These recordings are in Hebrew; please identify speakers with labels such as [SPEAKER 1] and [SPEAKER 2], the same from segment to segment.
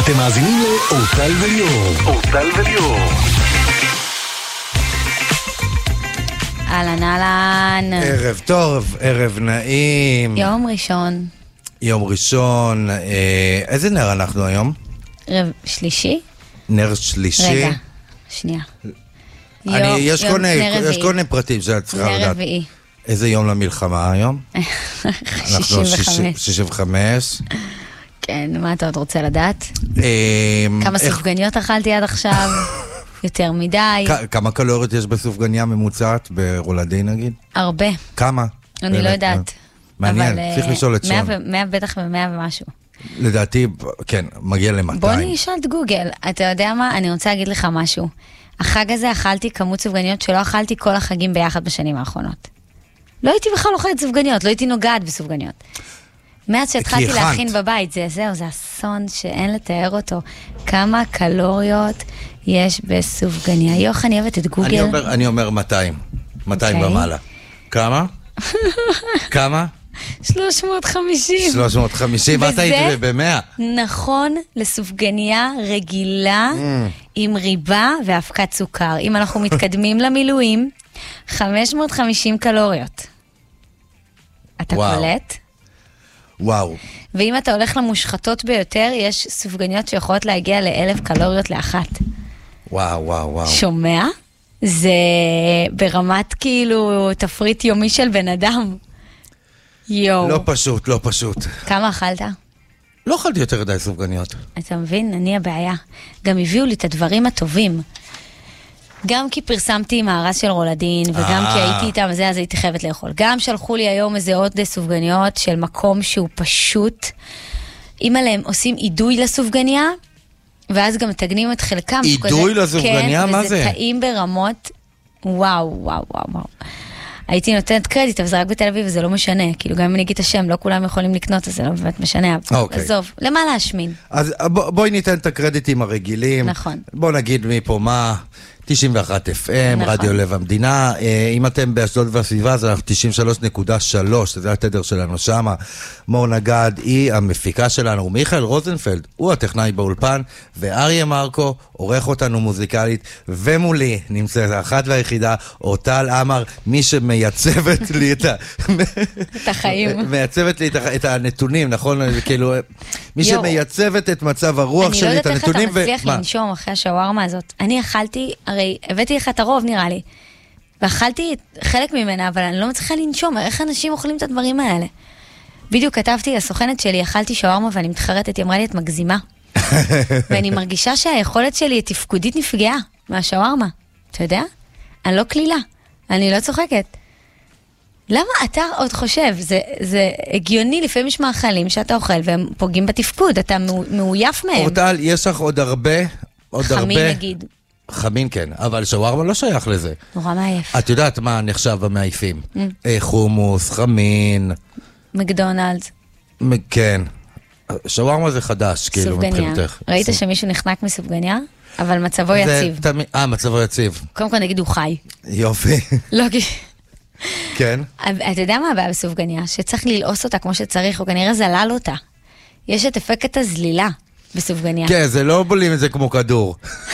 [SPEAKER 1] אתם מאזינים לאורטל וליאור. אורטל וליאור.
[SPEAKER 2] אהלן אהלן.
[SPEAKER 3] ערב טוב, ערב נעים.
[SPEAKER 2] יום ראשון.
[SPEAKER 3] יום ראשון. איזה נר אנחנו היום?
[SPEAKER 2] שלישי?
[SPEAKER 3] נר שלישי.
[SPEAKER 2] רגע, שנייה.
[SPEAKER 3] יש כל מיני פרטים שאת צריכה לדעת.
[SPEAKER 2] נר רביעי.
[SPEAKER 3] איזה יום למלחמה היום?
[SPEAKER 2] 65.
[SPEAKER 3] 65.
[SPEAKER 2] כן, מה אתה עוד רוצה לדעת? כמה סופגניות אכלתי עד עכשיו? יותר מדי.
[SPEAKER 3] כמה קלוריות יש בסופגניה ממוצעת ברולדי נגיד?
[SPEAKER 2] הרבה.
[SPEAKER 3] כמה?
[SPEAKER 2] אני לא יודעת.
[SPEAKER 3] מעניין, צריך לשאול את שון.
[SPEAKER 2] 100 בטח ו100 ומשהו.
[SPEAKER 3] לדעתי, כן, מגיע ל-200.
[SPEAKER 2] בוא נשאל את גוגל. אתה יודע מה? אני רוצה להגיד לך משהו. החג הזה אכלתי כמות סופגניות שלא אכלתי כל החגים ביחד בשנים האחרונות. לא הייתי בכלל אוכלת סופגניות, לא הייתי נוגעת בסופגניות. מאז שהתחלתי להכין בבית, זה אסון שאין לתאר אותו. כמה קלוריות יש בסופגניה. יוח, אני אוהבת את גוגל.
[SPEAKER 3] אני אומר 200. 200 ומעלה. כמה? כמה?
[SPEAKER 2] 350.
[SPEAKER 3] 350, ואת היית ב-100.
[SPEAKER 2] נכון לסופגניה רגילה עם ריבה ואבקת סוכר. אם אנחנו מתקדמים למילואים, 550 קלוריות. אתה קולט?
[SPEAKER 3] וואו.
[SPEAKER 2] ואם אתה הולך למושחתות ביותר, יש סופגניות שיכולות להגיע ל1,000 קלוריות לאחת.
[SPEAKER 3] וואו, וואו, וואו.
[SPEAKER 2] שומע? זה ברמת כאילו תפריט יומי של בן אדם. יואו.
[SPEAKER 3] לא פשוט, לא פשוט.
[SPEAKER 2] כמה אכלת?
[SPEAKER 3] לא אכלתי יותר די סופגניות.
[SPEAKER 2] אתה מבין? אני הבעיה. גם הביאו לי את הדברים הטובים. גם כי פרסמתי מארז של רולדין, וגם כי הייתי איתם, אז הייתי חייבת לאכול. גם שלחו לי היום איזה עוד סופגניות של מקום שהוא פשוט, אם עליהם עושים עידוי לסופגניה, ואז גם מתגנים את חלקם.
[SPEAKER 3] עידוי לסופגניה?
[SPEAKER 2] כן,
[SPEAKER 3] מה
[SPEAKER 2] וזה
[SPEAKER 3] זה?
[SPEAKER 2] טעים ברמות, וואו, וואו, וואו, וואו. הייתי נותנת קרדיט, אבל זה רק בתל אביב, וזה לא משנה. כאילו, גם אם אני אגיד את השם, לא כולם יכולים לקנות, אז זה לא באמת משנה. עזוב, למה להשמין?
[SPEAKER 3] אז בואי ניתן את הקרדיטים הרגילים.
[SPEAKER 2] נכון.
[SPEAKER 3] בוא נגיד מפה מה... 91 FM,
[SPEAKER 2] נכון.
[SPEAKER 3] רדיו לב המדינה. אם אתם באשדוד והסביבה, אז אנחנו 93.3, זה התדר שלנו שמה. מור נגד היא המפיקה שלנו, מיכאל רוזנפלד, הוא הטכנאי באולפן, ואריה מרקו עורך אותנו מוזיקלית, ומולי נמצאת האחת והיחידה, אורטל אמר, מי שמייצבת לי את
[SPEAKER 2] החיים.
[SPEAKER 3] מייצבת לי את הנתונים, נכון? כאילו, מי שמייצבת את מצב הרוח שלי, את הנתונים.
[SPEAKER 2] אני לא יודעת איך אתה מצליח לנשום אחרי השווארמה הזאת. אני אכלתי, הרי הבאתי לך את הרוב נראה לי, ואכלתי חלק ממנה, אבל אני לא מצליחה לנשום, איך אנשים אוכלים את הדברים האלה? בדיוק כתבתי לסוכנת שלי, אכלתי שווארמה ואני מתחרטת, היא אמרה לי, את מגזימה. ואני מרגישה שהיכולת שלי התפקודית נפגעה מהשווארמה. אתה יודע? אני לא כלילה, אני לא צוחקת. למה אתה עוד חושב? זה הגיוני, לפעמים יש מאכלים שאתה אוכל והם פוגעים בתפקוד, אתה מאויף מהם.
[SPEAKER 3] אורטל, יש לך עוד הרבה...
[SPEAKER 2] חמין נגיד.
[SPEAKER 3] חמין כן, אבל שווארמה לא שייך לזה.
[SPEAKER 2] נורא מעייף.
[SPEAKER 3] את יודעת מה נחשב המעייפים? חומוס, חמין.
[SPEAKER 2] מקדונלדס.
[SPEAKER 3] כן. שווארמה זה חדש, כאילו מבחינתך.
[SPEAKER 2] ראית שמישהו נחנק מסופגניה? אבל מצבו יציב.
[SPEAKER 3] מצבו יציב.
[SPEAKER 2] קודם כל נגיד הוא חי.
[SPEAKER 3] יופי.
[SPEAKER 2] לא,
[SPEAKER 3] כן.
[SPEAKER 2] אתה יודע מה הבעיה בסופגניה? שצריך ללעוס אותה כמו שצריך, הוא כנראה זלל אותה. יש את אפקט הזלילה בסופגניה.
[SPEAKER 3] כן, זה לא בולים את זה כמו כדור.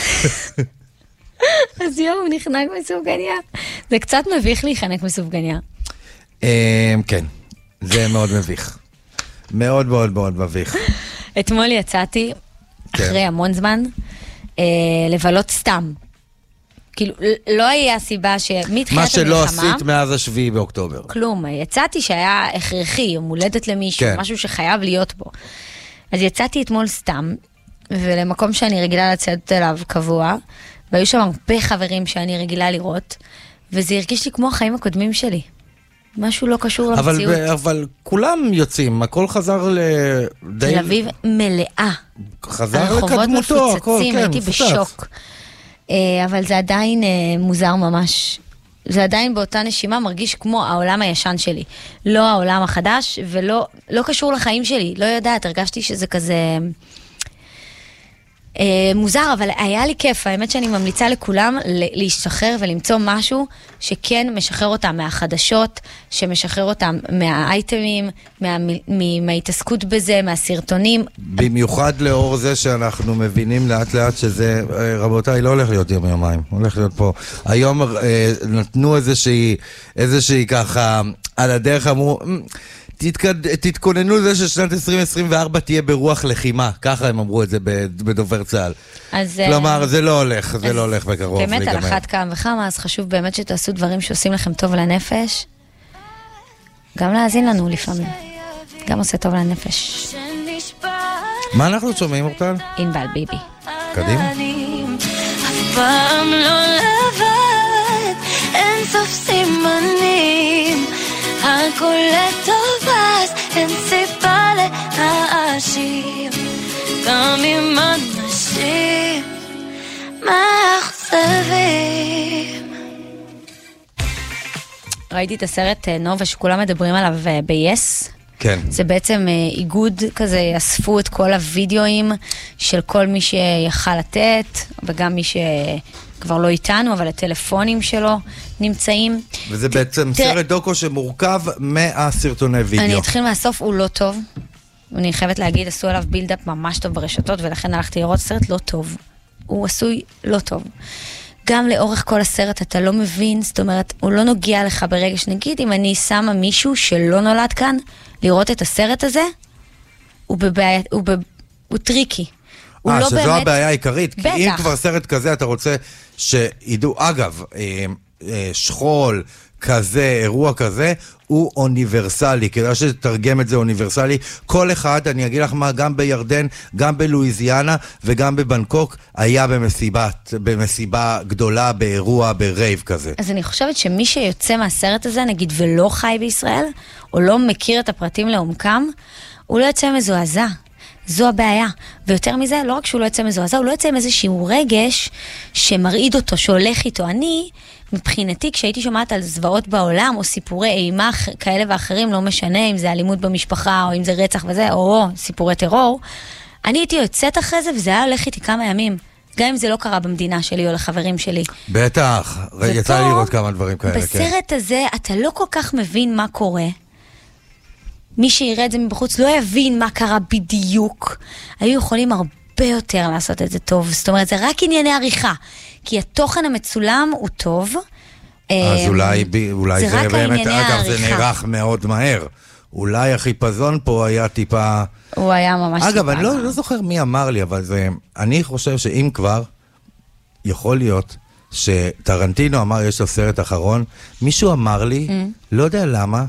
[SPEAKER 2] אז יום, נחנק מסופגניה. זה קצת מביך להיחנק מסופגניה.
[SPEAKER 3] כן, זה מאוד מביך. מאוד מאוד מאוד מביך.
[SPEAKER 2] אתמול יצאתי, אחרי המון זמן, לבלות סתם. כאילו, לא היה סיבה מתחילת המלחמה...
[SPEAKER 3] מה שלא עשית מאז השביעי באוקטובר.
[SPEAKER 2] כלום, יצאתי שהיה הכרחי, מולדת למישהו, משהו שחייב להיות בו. אז יצאתי אתמול סתם, ולמקום שאני רגילה לצאת אליו קבוע, והיו שם הרבה חברים שאני רגילה לראות, וזה הרגיש לי כמו החיים הקודמים שלי. משהו לא קשור למציאות.
[SPEAKER 3] אבל כולם יוצאים, הכל חזר
[SPEAKER 2] תל אביב מלאה.
[SPEAKER 3] חזר לקדמותו, הכל, כן,
[SPEAKER 2] הייתי בשוק. אבל זה עדיין מוזר ממש. זה עדיין באותה נשימה מרגיש כמו העולם הישן שלי. לא העולם החדש, ולא קשור לחיים שלי. לא יודעת, הרגשתי שזה כזה... מוזר, אבל היה לי כיף. האמת שאני ממליצה לכולם להשתחרר ולמצוא משהו שכן משחרר אותם מהחדשות, שמשחרר אותם מהאייטמים, מההתעסקות בזה, מהסרטונים.
[SPEAKER 3] במיוחד לאור זה שאנחנו מבינים לאט לאט שזה, רבותיי, לא הולך להיות יום-יומיים, הולך להיות פה. היום נתנו איזושהי ככה, על הדרך אמרו, תתכוננו לזה ששנת 2024 תהיה ברוח לחימה, ככה הם אמרו את זה בדובר צה"ל. כלומר, זה לא הולך בקרוב.
[SPEAKER 2] באמת על אחת כמה וכמה, אז חשוב באמת שתעשו דברים שעושים לכם טוב לנפש. גם להאזין לנו לפעמים. גם עושה טוב לנפש.
[SPEAKER 3] מה אנחנו שומעים, אורטל?
[SPEAKER 2] ענבל ביבי.
[SPEAKER 3] קדימה.
[SPEAKER 4] אף פעם לא לבד, אין סוף סימנים, הכל לטוב אז אין סיבה להאשים, גם אם אנשים מאכזבים.
[SPEAKER 2] ראיתי את הסרט נובה שכולם מדברים עליו ב-yes.
[SPEAKER 3] כן.
[SPEAKER 2] זה בעצם איגוד כזה, אספו את כל הוידאוים של כל מי שיכל לתת, וגם מי שכבר לא איתנו, אבל הטלפונים שלו נמצאים.
[SPEAKER 3] וזה בעצם סרט דוקו שמורכב מהסרטוני וידאו.
[SPEAKER 2] אני אתחיל מהסוף, הוא לא טוב. אני חייבת להגיד, עשו עליו בילדאפ ממש טוב ברשתות, ולכן הלכתי לראות סרט לא טוב. הוא עשוי לא טוב. גם לאורך כל הסרט אתה לא מבין, זאת אומרת, הוא לא נוגע לך ברגע שנגיד, אם אני שמה מישהו שלא נולד כאן, לראות את הסרט הזה, הוא טריקי.
[SPEAKER 3] שזו הבעיה העיקרית, כי אם כבר סרט כזה אתה רוצה שידעו, אגב, שכול כזה, אירוע כזה, הוא אוניברסלי, כדאי שתרגם את זה אוניברסלי. כל אחד, אני אגיד לך מה, גם בירדן, גם בלואיזיאנה וגם בבנקוק, היה במסיבה גדולה, באירוע, ברייב כזה.
[SPEAKER 2] אז אני חושבת שמי שיוצא מהסרט הזה, נגיד, ולא חי בישראל, או לא מכיר את הפרטים לעומקם, הוא לא יוצא מזועזע. זו הבעיה. ויותר מזה, לא רק שהוא לא יוצא מזועזע, הוא לא יוצא עם איזשהו רגש שמרעיד אותו, שהולך איתו. אני, מבחינתי, כשהייתי שומעת על זוועות בעולם, או סיפורי אימה כאלה ואחרים, לא משנה אם זה אלימות במשפחה, או אם זה רצח וזה, או סיפורי טרור, אני הייתי יוצאת אחרי זה, וזה היה הולך איתי כמה ימים. גם אם זה לא קרה במדינה שלי או לחברים שלי.
[SPEAKER 3] בטח, יצא לי לראות כמה דברים כאלה.
[SPEAKER 2] בסרט הזה, אתה לא כל כך מבין מה קורה. מי שיראה את זה מבחוץ לא יבין מה קרה בדיוק. היו יכולים הרבה יותר לעשות את זה טוב. זאת אומרת, זה רק ענייני עריכה. כי התוכן המצולם הוא טוב.
[SPEAKER 3] אז אולי זה באמת, אגב, זה נערך מאוד מהר. אולי החיפזון פה היה טיפה...
[SPEAKER 2] הוא היה ממש טיפה.
[SPEAKER 3] אגב, אני לא זוכר מי אמר לי, אבל אני חושב שאם כבר, יכול להיות שטרנטינו אמר, יש לו סרט אחרון, מישהו אמר לי, לא יודע למה,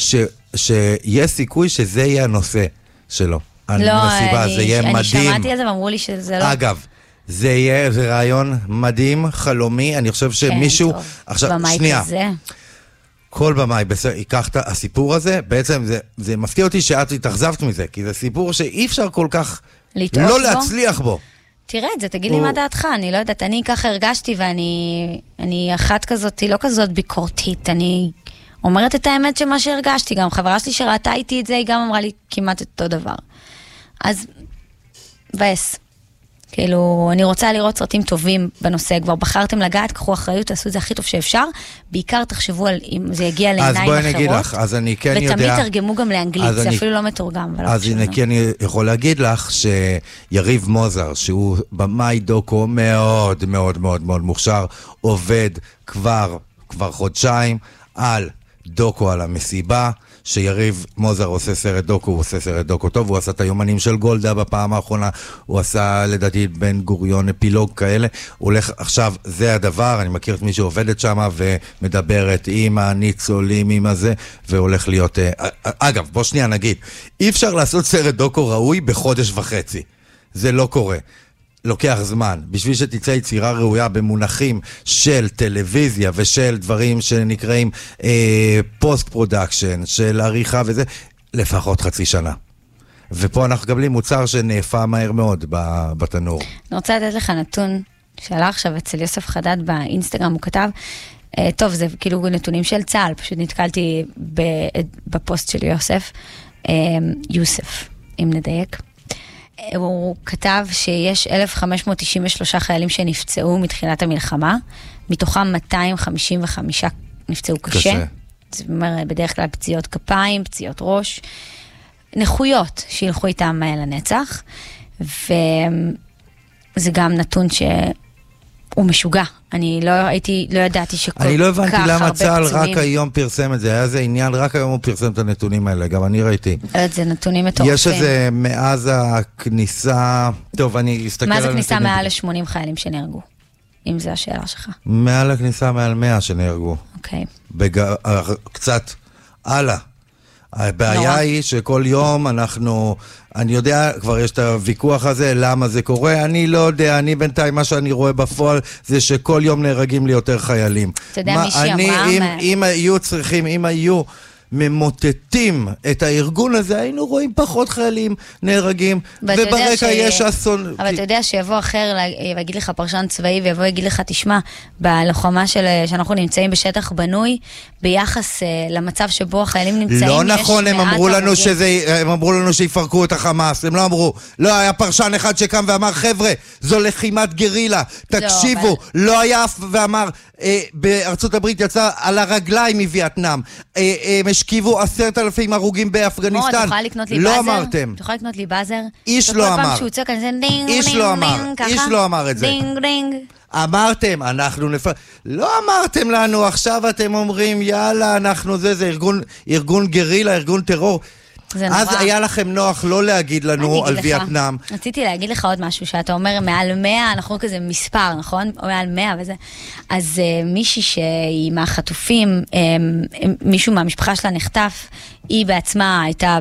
[SPEAKER 3] שיש סיכוי שזה יהיה הנושא שלו.
[SPEAKER 2] לא,
[SPEAKER 3] אני
[SPEAKER 2] שמעתי על זה ואמרו לי שזה לא...
[SPEAKER 3] אגב, זה יהיה רעיון מדהים, חלומי, אני חושב שמישהו...
[SPEAKER 2] כן, טוב,
[SPEAKER 3] עכשיו,
[SPEAKER 2] במאי
[SPEAKER 3] שנייה.
[SPEAKER 2] כזה.
[SPEAKER 3] כל במאי ייקח את הסיפור הזה, בעצם זה מפתיע אותי שאת התאכזבת מזה, כי זה סיפור שאי אפשר כל כך לא להצליח בו.
[SPEAKER 2] תראה את זה, תגיד לי מה דעתך, אני לא יודעת, אני ככה הרגשתי ואני אחת כזאת, לא כזאת ביקורתית, אני אומרת את האמת שמה שהרגשתי, גם חברה שלי שראתה איתי את זה, היא גם אמרה לי כמעט את אותו דבר. אז, בס. כאילו, אני רוצה לראות סרטים טובים בנושא, כבר בחרתם לגעת, קחו אחריות, תעשו את זה הכי טוב שאפשר, בעיקר תחשבו על אם זה יגיע לעיניים אחרות.
[SPEAKER 3] אז בואי נגיד לך, אז אני כן יודע...
[SPEAKER 2] ותמיד תרגמו גם לאנגלית, זה אפילו לא מתורגם.
[SPEAKER 3] אז אני כן יכול להגיד לך שיריב מוזר, שהוא במאי דוקו מאוד מאוד מאוד מאוד מוכשר, עובד כבר חודשיים על דוקו על המסיבה, שיריב מוזר עושה סרט דוקו, הוא עושה סרט דוקו טוב, הוא עשה את היומנים של גולדה בפעם האחרונה, הוא עשה לדעתי בן גוריון אפילוג כאלה, הוא הולך, עכשיו זה הדבר, אני מכיר את מי שעובדת שם ומדברת עם הניצולים, עם הזה, והולך להיות, אגב, בוא שנייה נגיד, אי אפשר לעשות סרט דוקו ראוי בחודש וחצי, זה לא קורה. לוקח זמן, בשביל שתצא יצירה ראויה במונחים של טלוויזיה ושל דברים שנקראים פוסט פרודקשן, של עריכה וזה, לפחות חצי שנה. ופה אנחנו מקבלים מוצר שנאפה מהר מאוד בתנור.
[SPEAKER 2] אני רוצה לתת לך נתון שעלה עכשיו אצל יוסף חדד באינסטגרם, הוא כתב, טוב, זה כאילו נתונים של צה"ל, פשוט נתקלתי בפוסט של יוסף, אם נדייק. הוא כתב שיש 1,593 חיילים שנפצעו מתחילת המלחמה, מתוכם 255 נפצעו קשה. זאת אומרת, בדרך כלל פציעות כפיים, פציעות ראש, נכויות שילכו איתם לנצח, וזה גם נתון שהוא משוגע. אני לא ידעתי שכל כך הרבה פצועים.
[SPEAKER 3] אני לא הבנתי למה צה"ל רק היום פרסם את זה, היה זה עניין, רק היום הוא פרסם את הנתונים האלה, גם אני ראיתי.
[SPEAKER 2] זה נתונים מטורפים.
[SPEAKER 3] יש איזה מאז הכניסה, טוב, אני אסתכל על
[SPEAKER 2] מאז
[SPEAKER 3] הנתונים.
[SPEAKER 2] הכניסה מעל ל-80 חיילים שנהרגו, אם זה השאלה שלך.
[SPEAKER 3] מעל הכניסה מעל 100 שנהרגו.
[SPEAKER 2] אוקיי.
[SPEAKER 3] קצת הלאה. הבעיה היא שכל יום אני יודע, כבר יש את הוויכוח הזה, למה זה קורה, אני לא יודע, אני בינתיים, מה שאני רואה בפועל, זה שכל יום נהרגים לי יותר חיילים.
[SPEAKER 2] אתה יודע, מישהי אמרה...
[SPEAKER 3] אם היו ממוטטים את הארגון הזה, היינו רואים פחות חיילים נהרגים, וברקע יש אסון.
[SPEAKER 2] אבל אתה יודע שיבוא אחר ויגיד לך פרשן צבאי, ויבוא ויגיד לך, תשמע, בלוחמה שאנחנו נמצאים בשטח בנוי, ביחס למצב שבו החיילים נמצאים,
[SPEAKER 3] לא נכון, הם אמרו לנו שיפרקו את החמאס, הם לא אמרו, לא היה פרשן אחד שקם ואמר, חבר'ה, זו לחימת גרילה, תקשיבו, לא היה אף ואמר, בארצות הברית יצא על הרגליים מווייטנאם, השכיבו 10,000 הרוגים באפגניסטן. לא אמרתם.
[SPEAKER 2] תוכל לקנות לי באזר?
[SPEAKER 3] איש לא אמר. איש לא אמר את זה. אמרתם, לא אמרתם לנו, עכשיו אתם אומרים, יאללה, זה ארגון גרילה, ארגון טרור. אז היה לכם נוח לא להגיד לנו על וייטנאם.
[SPEAKER 2] רציתי להגיד לך עוד משהו, שאתה אומר מעל 100, אנחנו כזה מספר, נכון? או מעל 100 וזה. אז מישהי שהיא מהחטופים, מישהו מהמשפחה שלה נחטף, היא בעצמה הייתה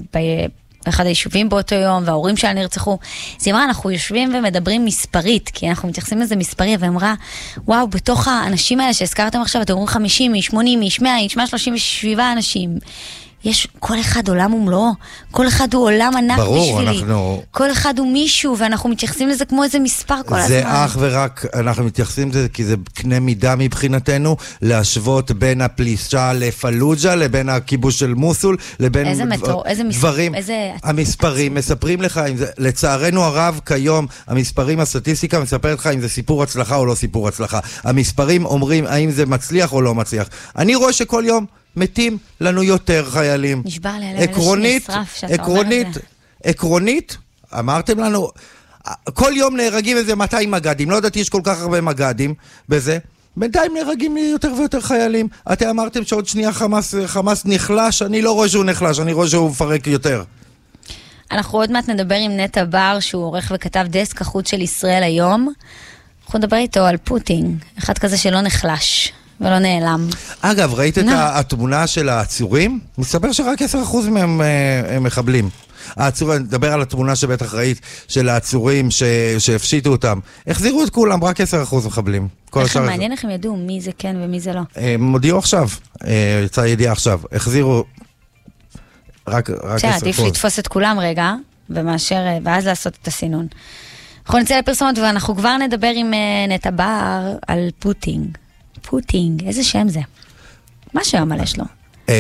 [SPEAKER 2] באחד היישובים באותו יום, וההורים שלה נרצחו. אז היא אמרה, אנחנו יושבים ומדברים מספרית, כי אנחנו מתייחסים לזה מספרי, ואמרה, וואו, בתוך האנשים האלה שהזכרתם עכשיו, אתם אומרים 50 איש, 80 איש, 100 איש, 137 אנשים. יש כל אחד עולם ומלואו, כל אחד הוא עולם ענק בשבילי, כל אחד הוא מישהו, ואנחנו מתייחסים לזה כמו איזה מספר כל הזמן.
[SPEAKER 3] זה אך ורק, אנחנו מתייחסים לזה כי זה קנה מידה מבחינתנו, להשוות בין הפלישה לפלוג'ה, לבין הכיבוש של מוסול, לבין דברים, המספרים מספרים לך, לצערנו הרב כיום, המספרים, הסטטיסטיקה מספרת לך אם זה סיפור הצלחה או לא סיפור הצלחה, המספרים אומרים האם זה מצליח או לא מצליח. אני רואה שכל יום מתים לנו יותר חיילים.
[SPEAKER 2] נשבר לי עליהם איזושהי נשרף שאתה אומר את זה.
[SPEAKER 3] עקרונית, אמרתם לנו, כל יום נהרגים איזה 200 מגדים, לא יודעת, יש כל כך הרבה מגדים בזה, בינתיים נהרגים לי יותר ויותר חיילים. אתם אמרתם שעוד שנייה חמאס נחלש, אני לא רואה שהוא נחלש, אני רואה שהוא מפרק יותר.
[SPEAKER 2] אנחנו עוד מעט נדבר עם נטע בר, שהוא עורך וכתב דסק החוץ של ישראל היום. אנחנו נדבר איתו על פוטין, אחד כזה שלא נחלש. ולא נעלם.
[SPEAKER 3] אגב, ראית את התמונה של העצורים? מסתבר שרק 10% מהם מחבלים. העצורים, נדבר על התמונה שבטח ראית, של העצורים שהפשיטו אותם. החזירו את כולם, רק 10% מחבלים.
[SPEAKER 2] איך מעניין איך הם ידעו מי זה כן ומי זה לא?
[SPEAKER 3] הם הודיעו עכשיו, יצא ידיעה עכשיו. החזירו רק 10%.
[SPEAKER 2] עדיף לתפוס את כולם רגע, ואז לעשות את הסינון. אנחנו נצא לפרסומות, ואנחנו כבר נדבר עם נטע בר על פוטינג, איזה שם זה? מה שם על יש לו?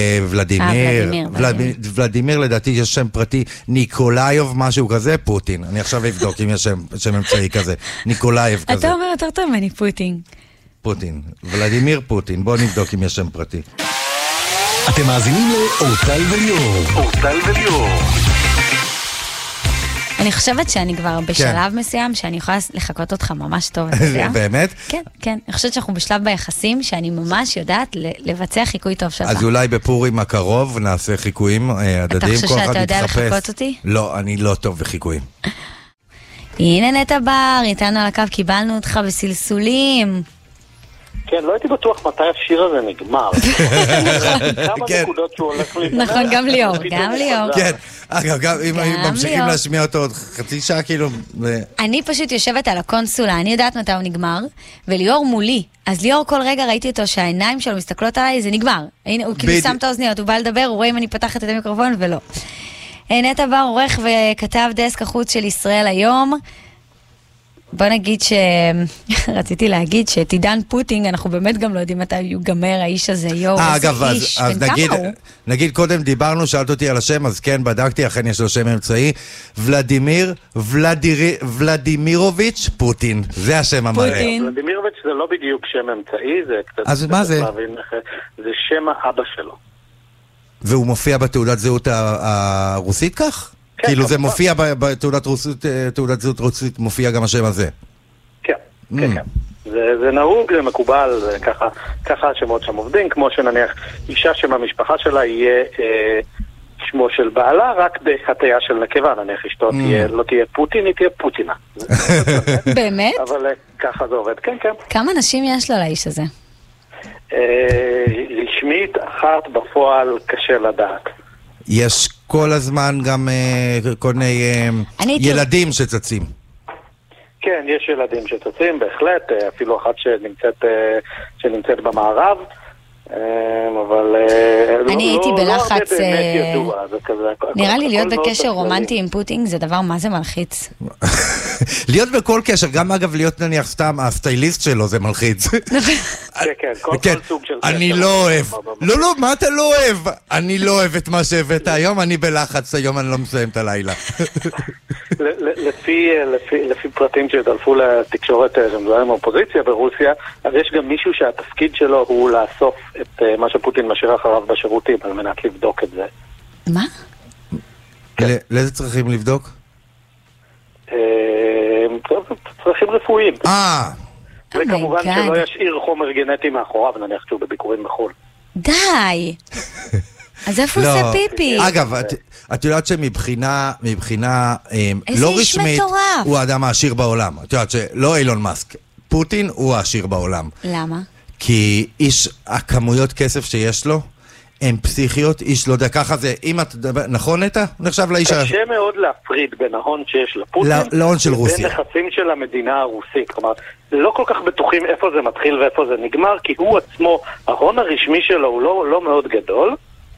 [SPEAKER 3] ולדימיר לדעתי יש שם פרטי, ניקולאייב משהו כזה, פוטין. אני עכשיו אבדוק אם יש שם אמצעי כזה, ניקולאייב כזה.
[SPEAKER 2] אתה אומר יותר טוב ממני
[SPEAKER 3] פוטין, ולדימיר פוטין, בוא נבדוק אם יש שם פרטי.
[SPEAKER 1] אתם מאזינים לאורטל וליאור.
[SPEAKER 2] אני חושבת שאני כבר בשלב מסוים שאני יכולה לחכות אותך ממש טוב.
[SPEAKER 3] באמת?
[SPEAKER 2] כן. אני חושבת שאנחנו בשלב ביחסים שאני ממש יודעת לבצע חיקוי טוב שלך.
[SPEAKER 3] אז אולי בפורים הקרוב נעשה חיקויים הדדיים.
[SPEAKER 2] אתה חושב שאתה יודע לחכות אותי?
[SPEAKER 3] לא, אני לא טוב בחיקויים.
[SPEAKER 2] הנה נטע בר, איתנו על הקו, קיבלנו אותך בסלסולים.
[SPEAKER 5] כן, לא הייתי בטוח מתי השיר הזה נגמר. כמה נקודות שהוא הולך להתנהל.
[SPEAKER 2] נכון, גם ליאור.
[SPEAKER 3] כן, אגב, גם אם ממשיכים להשמיע אותו עוד חצי שעה, כאילו...
[SPEAKER 2] אני פשוט יושבת על הקונסולה, אני יודעת מתי הוא נגמר, וליאור מולי. אז ליאור כל רגע ראיתי אותו שהעיניים שלו מסתכלות עליי, זה נגמר. הוא כאילו שם את האוזניות, הוא בא לדבר, הוא רואה אם אני פתחת את המיקרופון ולא. נטע בר עורך וכתב דסק החוץ של ישראל היום. בוא נגיד רציתי להגיד שאת עידן פוטין, אנחנו באמת גם לא יודעים מתי ייגמר האיש הזה,
[SPEAKER 3] אגב, אז נגיד קודם דיברנו, שאלת אותי על השם, אז כן, בדקתי, אכן יש לו שם אמצעי, ולדימירוביץ' פוטין, זה השם המלא.
[SPEAKER 5] ולדימירוביץ' זה לא בדיוק שם אמצעי, זה קצת...
[SPEAKER 3] אז מה זה?
[SPEAKER 5] זה שם האבא שלו.
[SPEAKER 3] והוא מופיע בתעודת זהות הרוסית כך? כאילו זה מופיע בתעודת זהות רוסית, מופיע גם השם הזה.
[SPEAKER 5] כן, כן, כן. זה נהוג, זה מקובל, ככה השמות שם עובדים, כמו שנניח אישה שם המשפחה שלה יהיה שמו של בעלה, רק בהטיה של נקבה, נניח אשתו לא תהיה פוטין, היא תהיה פוטינה.
[SPEAKER 2] באמת?
[SPEAKER 5] אבל ככה זה עובד, כן, כן.
[SPEAKER 2] כמה נשים יש לו לאיש הזה?
[SPEAKER 5] רשמית אחת, בפועל קשה לדעת.
[SPEAKER 3] יש כל הזמן גם כל מיני ילדים שצצים.
[SPEAKER 5] כן, יש ילדים שצצים, בהחלט, אפילו אחת שנמצאת במערב, אבל
[SPEAKER 2] אני הייתי בלחץ, נראה לי להיות בקשר רומנטי עם פוטין זה דבר מה זה מלחיץ.
[SPEAKER 3] להיות בכל קשר, גם אגב להיות נניח סתם הסטייליסט שלו זה מלחיץ.
[SPEAKER 5] כן, כל סוג של קשר.
[SPEAKER 3] אני לא אוהב. לא, מה אתה לא אוהב? אני לא אוהב את מה שהבאת היום, אני בלחץ היום, אני לא מסיים את הלילה.
[SPEAKER 5] לפי פרטים שדלפו לתקשורת עם האופוזיציה ברוסיה, אז יש גם מישהו שהתפקיד שלו הוא לאסוף את מה שפוטין משאיר אחריו בשירותים על מנת לבדוק את זה.
[SPEAKER 2] מה?
[SPEAKER 3] לאיזה צריכים לבדוק?
[SPEAKER 5] צרכים רפואיים.
[SPEAKER 2] Oh
[SPEAKER 5] וכמובן שלא ישאיר חומר גנטי מאחוריו, נניח שהוא בביקורים בחול.
[SPEAKER 2] די! אז איפה זה פיפי?
[SPEAKER 3] אגב, את יודעת שמבחינה לא רשמית הוא האדם העשיר בעולם. את יודעת שלא אילון מאסק, פוטין הוא העשיר בעולם.
[SPEAKER 2] למה?
[SPEAKER 3] כי הכמויות כסף שיש לו הן פסיכיות, איש לא יודע, ככה זה, אם את, נכון נטע? נחשב לאיש...
[SPEAKER 5] קשה מאוד להפריד בין ההון שיש לפוטין
[SPEAKER 3] להון של רוסיה.
[SPEAKER 5] בין נכסים של המדינה הרוסית. כלומר, לא כל כך בטוחים איפה זה מתחיל ואיפה זה נגמר, כי הוא עצמו, ההון הרשמי שלו הוא לא מאוד גדול,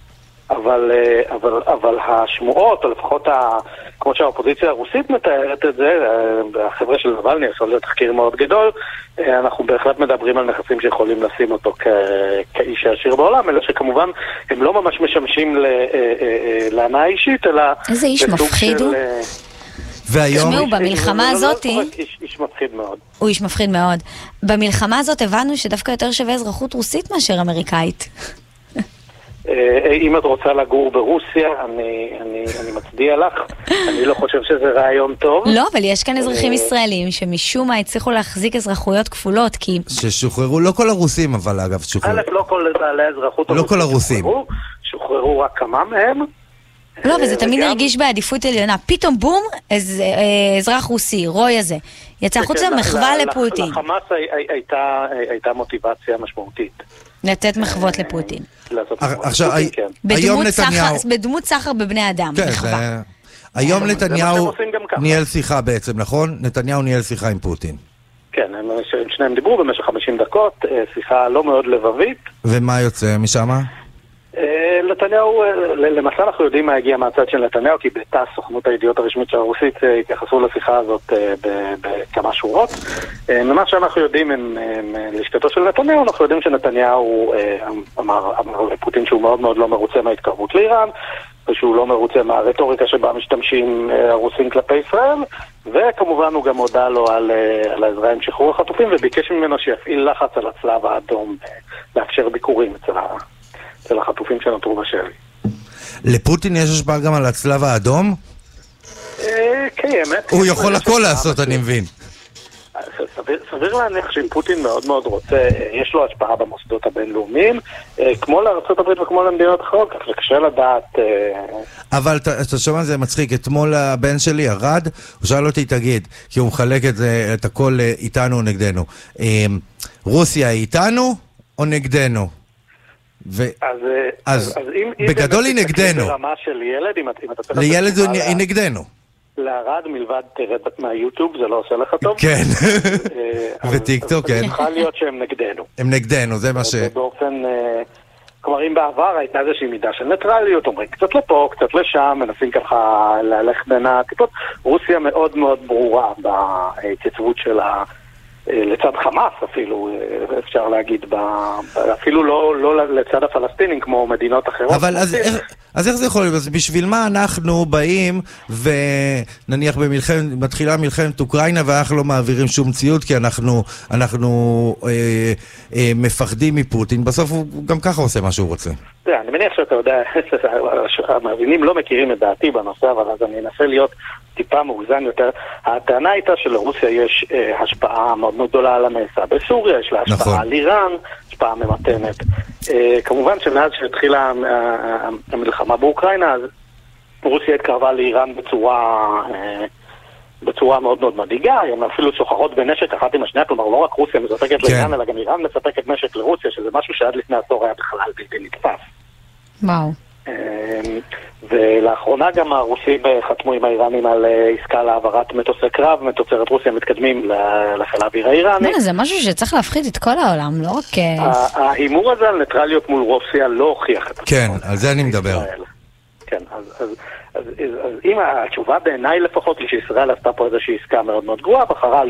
[SPEAKER 5] אבל השמועות, או לפחות כמו שהאופוזיציה הרוסית מתארת את זה, החבר'ה של נבלני עשו לזה תחקיר מאוד גדול, אנחנו בהחלט מדברים על נכסים שיכולים לשים אותו כאיש העשיר בעולם, אלא שכמובן הם לא ממש משמשים להנאה אישית, אלא...
[SPEAKER 2] איזה איש מפחיד הוא? תשמעו, במלחמה הזאת...
[SPEAKER 5] איש מפחיד מאוד.
[SPEAKER 2] הוא איש מפחיד מאוד. במלחמה הזאת הבנו שדווקא יותר שווה אזרחות רוסית מאשר אמריקאית.
[SPEAKER 5] אם את רוצה לגור ברוסיה, אני מצדיע לך. אני לא חושב שזה רעיון טוב.
[SPEAKER 2] לא, אבל יש כאן אזרחים ישראלים שמשום מה הצליחו להחזיק אזרחויות כפולות, כי...
[SPEAKER 3] ששוחררו, לא כל הרוסים, אבל אגב, שוחררו.
[SPEAKER 5] לא כל בעלי האזרחות.
[SPEAKER 3] לא כל הרוסים.
[SPEAKER 5] שוחררו רק כמה מהם.
[SPEAKER 2] לא, וזה תמיד הרגיש בעדיפות עליונה. פתאום בום, אזרח רוסי, רוי הזה. יצא חוץ למחווה לפוטין.
[SPEAKER 5] לחמאס הייתה מוטיבציה משמעותית.
[SPEAKER 2] לתת מחוות לפוטין.
[SPEAKER 3] עכשיו, היום נתניהו...
[SPEAKER 2] בדמות סחר בבני אדם, מחווה.
[SPEAKER 3] היום נתניהו ניהל שיחה בעצם, נכון? נתניהו ניהל שיחה עם פוטין.
[SPEAKER 5] כן, שניהם דיברו במשך 50 דקות, שיחה לא מאוד לבבית.
[SPEAKER 3] ומה יוצא משם?
[SPEAKER 5] נתניהו, למעשה אנחנו יודעים מה הגיע מהצד של נתניהו, כי בתא סוכנות הידיעות הרשמית של הרוסית התייחסו לשיחה הזאת בכמה שורות. ממה שאנחנו יודעים עם לשכתו של נתניהו, אנחנו יודעים שנתניהו אמר לפוטין שהוא מאוד מאוד לא מרוצה מההתקרבות לאיראן, ושהוא לא מרוצה מהרטוריקה שבה משתמשים הרוסים כלפי ישראל, וכמובן הוא גם הודע לו על העזרה עם שחרור החטופים, וביקש ממנו שיפעיל לחץ על הצלב האדום לאפשר ביקורים אצל החטופים שנותרו בשבי.
[SPEAKER 3] לפוטין יש השפעה גם על הצלב האדום?
[SPEAKER 5] קיימת.
[SPEAKER 3] הוא יכול הכל לעשות, אני מבין.
[SPEAKER 5] סביר להניח שאם פוטין מאוד מאוד רוצה, יש לו השפעה במוסדות הבינלאומיים, כמו לארצות הברית וכמו למדינות אחרות, כך שקשה לדעת...
[SPEAKER 3] אבל אתה שומע, זה מצחיק, אתמול הבן שלי ירד, הוא שאל אותי, תגיד, כי הוא מחלק את הכל איתנו או נגדנו. רוסיה היא איתנו או נגדנו? אז בגדול היא נגדנו.
[SPEAKER 5] ברמה של ילד,
[SPEAKER 3] לילד היא נגדנו.
[SPEAKER 5] להרד מלבד תרד מהיוטיוב, זה לא עושה לך טוב.
[SPEAKER 3] כן, וטיקטוק, כן.
[SPEAKER 5] צריכה להיות שהם נגדנו.
[SPEAKER 3] הם נגדנו, זה מה ש...
[SPEAKER 5] באופן, כלומר, אם בעבר הייתה איזושהי מידה של ניטרליות, אומרים קצת לפה, קצת לשם, מנסים ככה להלך בין הטיפות. רוסיה מאוד מאוד ברורה בהתייצבות שלה, לצד חמאס אפילו, אפשר להגיד, אפילו לא לצד הפלסטינים כמו מדינות אחרות.
[SPEAKER 3] אבל אז איך זה יכול להיות? אז בשביל מה אנחנו באים ונניח מתחילה מלחמת אוקראינה ואנחנו לא מעבירים שום ציוד כי אנחנו מפחדים מפוטין, בסוף הוא גם ככה עושה מה שהוא רוצה.
[SPEAKER 5] אני מניח שאתה יודע, המאזינים לא מכירים את דעתי בנושא, אבל אז אני אנסה להיות טיפה מאוזן יותר. הטענה הייתה שלרוסיה יש השפעה מאוד מאוד גדולה על הנעשה בסוריה, יש לה השפעה על איראן, השפעה ממתנת. כמובן שמאז שהתחילה המלחמה באוקראינה, אז רוסיה התקרבה לאיראן בצורה מאוד מאוד מדאיגה, הן אפילו סוחרות בנשק אחת עם השנייה, כלומר לא רק רוסיה מספקת לאיראן, אלא גם איראן מספקת נשק לרוסיה, שזה משהו שעד לפני עשור היה בכלל בלתי נתפס.
[SPEAKER 2] וואו.
[SPEAKER 5] ולאחרונה גם הרוסים חתמו עם האיראנים על עסקה להעברת מטוסי קרב, מתוצרת רוסיה מתקדמים לחיל האוויר האיראני.
[SPEAKER 2] זה משהו שצריך להפחיד את כל העולם, לא רק...
[SPEAKER 5] ההימור הזה על ניטרליות מול רוסיה לא הוכיח את עצמו.
[SPEAKER 3] כן, על זה אני מדבר.
[SPEAKER 5] כן, אז אם התשובה בעיניי לפחות היא שישראל עשתה פה איזושהי עסקה מאוד מאוד גרועה, בחרה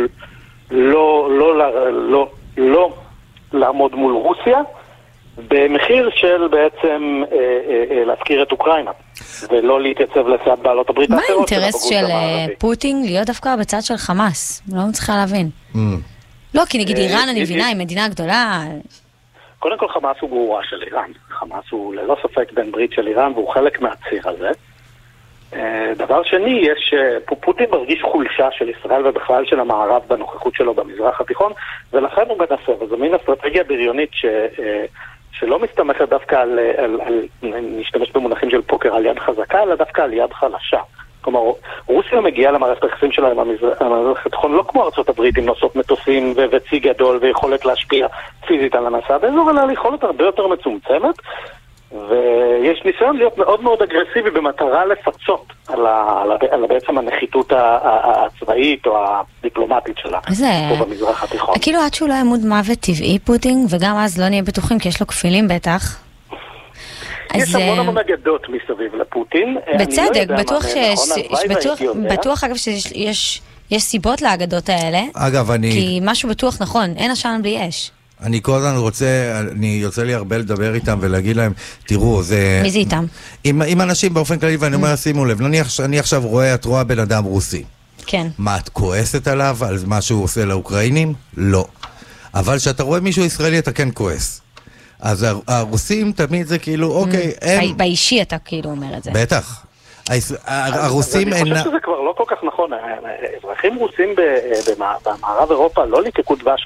[SPEAKER 5] לא לעמוד מול רוסיה, במחיר של בעצם להזכיר את אוקראינה, ולא להתייצב לצד בעלות הברית האחרות.
[SPEAKER 2] מה האינטרס של פוטין להיות דווקא בצד של חמאס? לא מצליחה להבין. לא, כי נגיד איראן אני מבינה, היא מדינה גדולה.
[SPEAKER 5] קודם כל חמאס הוא גרורה של איראן. חמאס הוא ללא ספק בן ברית של איראן, והוא חלק מהציר הזה. דבר שני, פוטין מרגיש חולשה של ישראל ובכלל של המערב בנוכחות שלו במזרח התיכון, ולכן הוא מנסה, וזו מין אסטרטגיה בריונית שלא מסתמכת דווקא על נשתמש במונחים של פוקר על יד חזקה, אלא דווקא על יד חלשה. כלומר, רוסיה מגיעה למערכת היחסים שלה עם המזרח התיכון לא כמו ארצות הברית עם נושאות מטוסים וצי גדול ויכולת להשפיע פיזית על הנעשה באזור, אלא יכולת הרבה יותר מצומצמת, ויש ניסיון להיות מאוד מאוד אגרסיבי במטרה לפצות על בעצם הנחיתות הצבאית או הדיפלומטית שלה פה במזרח התיכון.
[SPEAKER 2] כאילו עד שהוא לא ימות מוות טבעי פוטין, וגם אז לא נהיה בטוחים כי יש לו כפילים בטח.
[SPEAKER 5] יש המון אגדות מסביב לפוטין.
[SPEAKER 2] בצדק, בטוח אגב שיש סיבות לאגדות האלה.
[SPEAKER 3] אגב,
[SPEAKER 2] כי משהו בטוח נכון, אין עשן בלי אש.
[SPEAKER 3] אני כל הזמן יוצא לי הרבה לדבר איתם ולהגיד להם, תראו, זה...
[SPEAKER 2] מי זה איתם?
[SPEAKER 3] עם אנשים באופן כללי, ואני אומר, שימו לב, אני עכשיו רואה בן אדם רוסי.
[SPEAKER 2] כן.
[SPEAKER 3] מה, את כועסת עליו על מה שהוא עושה לאוקראינים? לא. אבל כשאתה רואה מישהו ישראלי, אתה כן כועס. אז הרוסים תמיד זה כאילו, אוקיי, הם...
[SPEAKER 2] באישי אתה כאילו אומר את זה.
[SPEAKER 3] בטח. הרוסים
[SPEAKER 5] אני חושב שזה כבר לא כל כך נכון. אזרחים רוסים במערב אירופה לא ליקקו דבש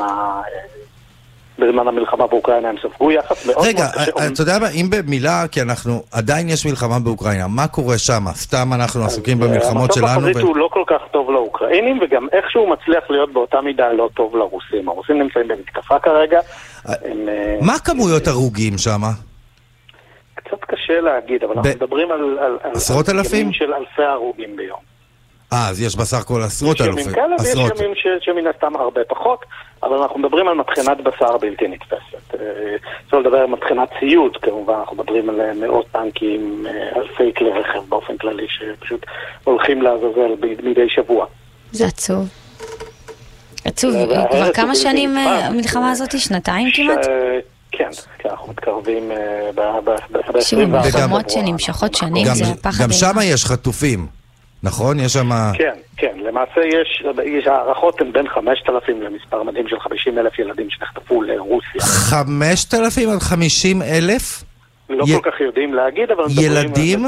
[SPEAKER 5] בזמן המלחמה באוקראינה, הם ספגו יחס מאוד מאוד קשה.
[SPEAKER 3] רגע, אתה יודע מה, אם במילה, כי אנחנו, עדיין יש מלחמה באוקראינה, מה קורה שם? סתם אנחנו עסוקים במלחמות שלנו.
[SPEAKER 5] המצב החזית הוא לא כל כך טוב לאוקראינים, וגם איכשהו מצליח להיות באותה מידה לא טוב לרוסים. הרוסים נמצאים במתקפה כרגע.
[SPEAKER 3] מה כמויות הרוגים שם?
[SPEAKER 5] קצת קשה להגיד, אבל אנחנו מדברים על
[SPEAKER 3] עשרות אלפים?
[SPEAKER 5] של אלפי הרוגים ביום.
[SPEAKER 3] אז יש בסך הכל עשרות אלפים.
[SPEAKER 5] יש ימים כאלה ויש ימים שמן הסתם הרבה פחות, אבל אנחנו מדברים על מבחינת בשר בלתי נתפסת. אפשר לדבר על מבחינת ציוד, כמובן אנחנו מדברים על מאות טנקים, אלפי כלי רכב באופן כללי, שפשוט הולכים לעזאזל מדי שבוע.
[SPEAKER 2] זה עצוב. עצוב, כבר כמה שנים המלחמה הזאת? שנתיים כמעט?
[SPEAKER 5] כן, אנחנו מתקרבים
[SPEAKER 2] בחמות שנמשכות שנים, זה פחד.
[SPEAKER 3] גם שם יש חטופים, נכון? יש שם...
[SPEAKER 5] כן, למעשה יש הערכות בין 5,000 למספר מדהים של 50,000 ילדים שנחטפו לרוסיה.
[SPEAKER 3] 5,000 עד 50,000?
[SPEAKER 5] לא כל כך יודעים להגיד, אבל...
[SPEAKER 3] ילדים?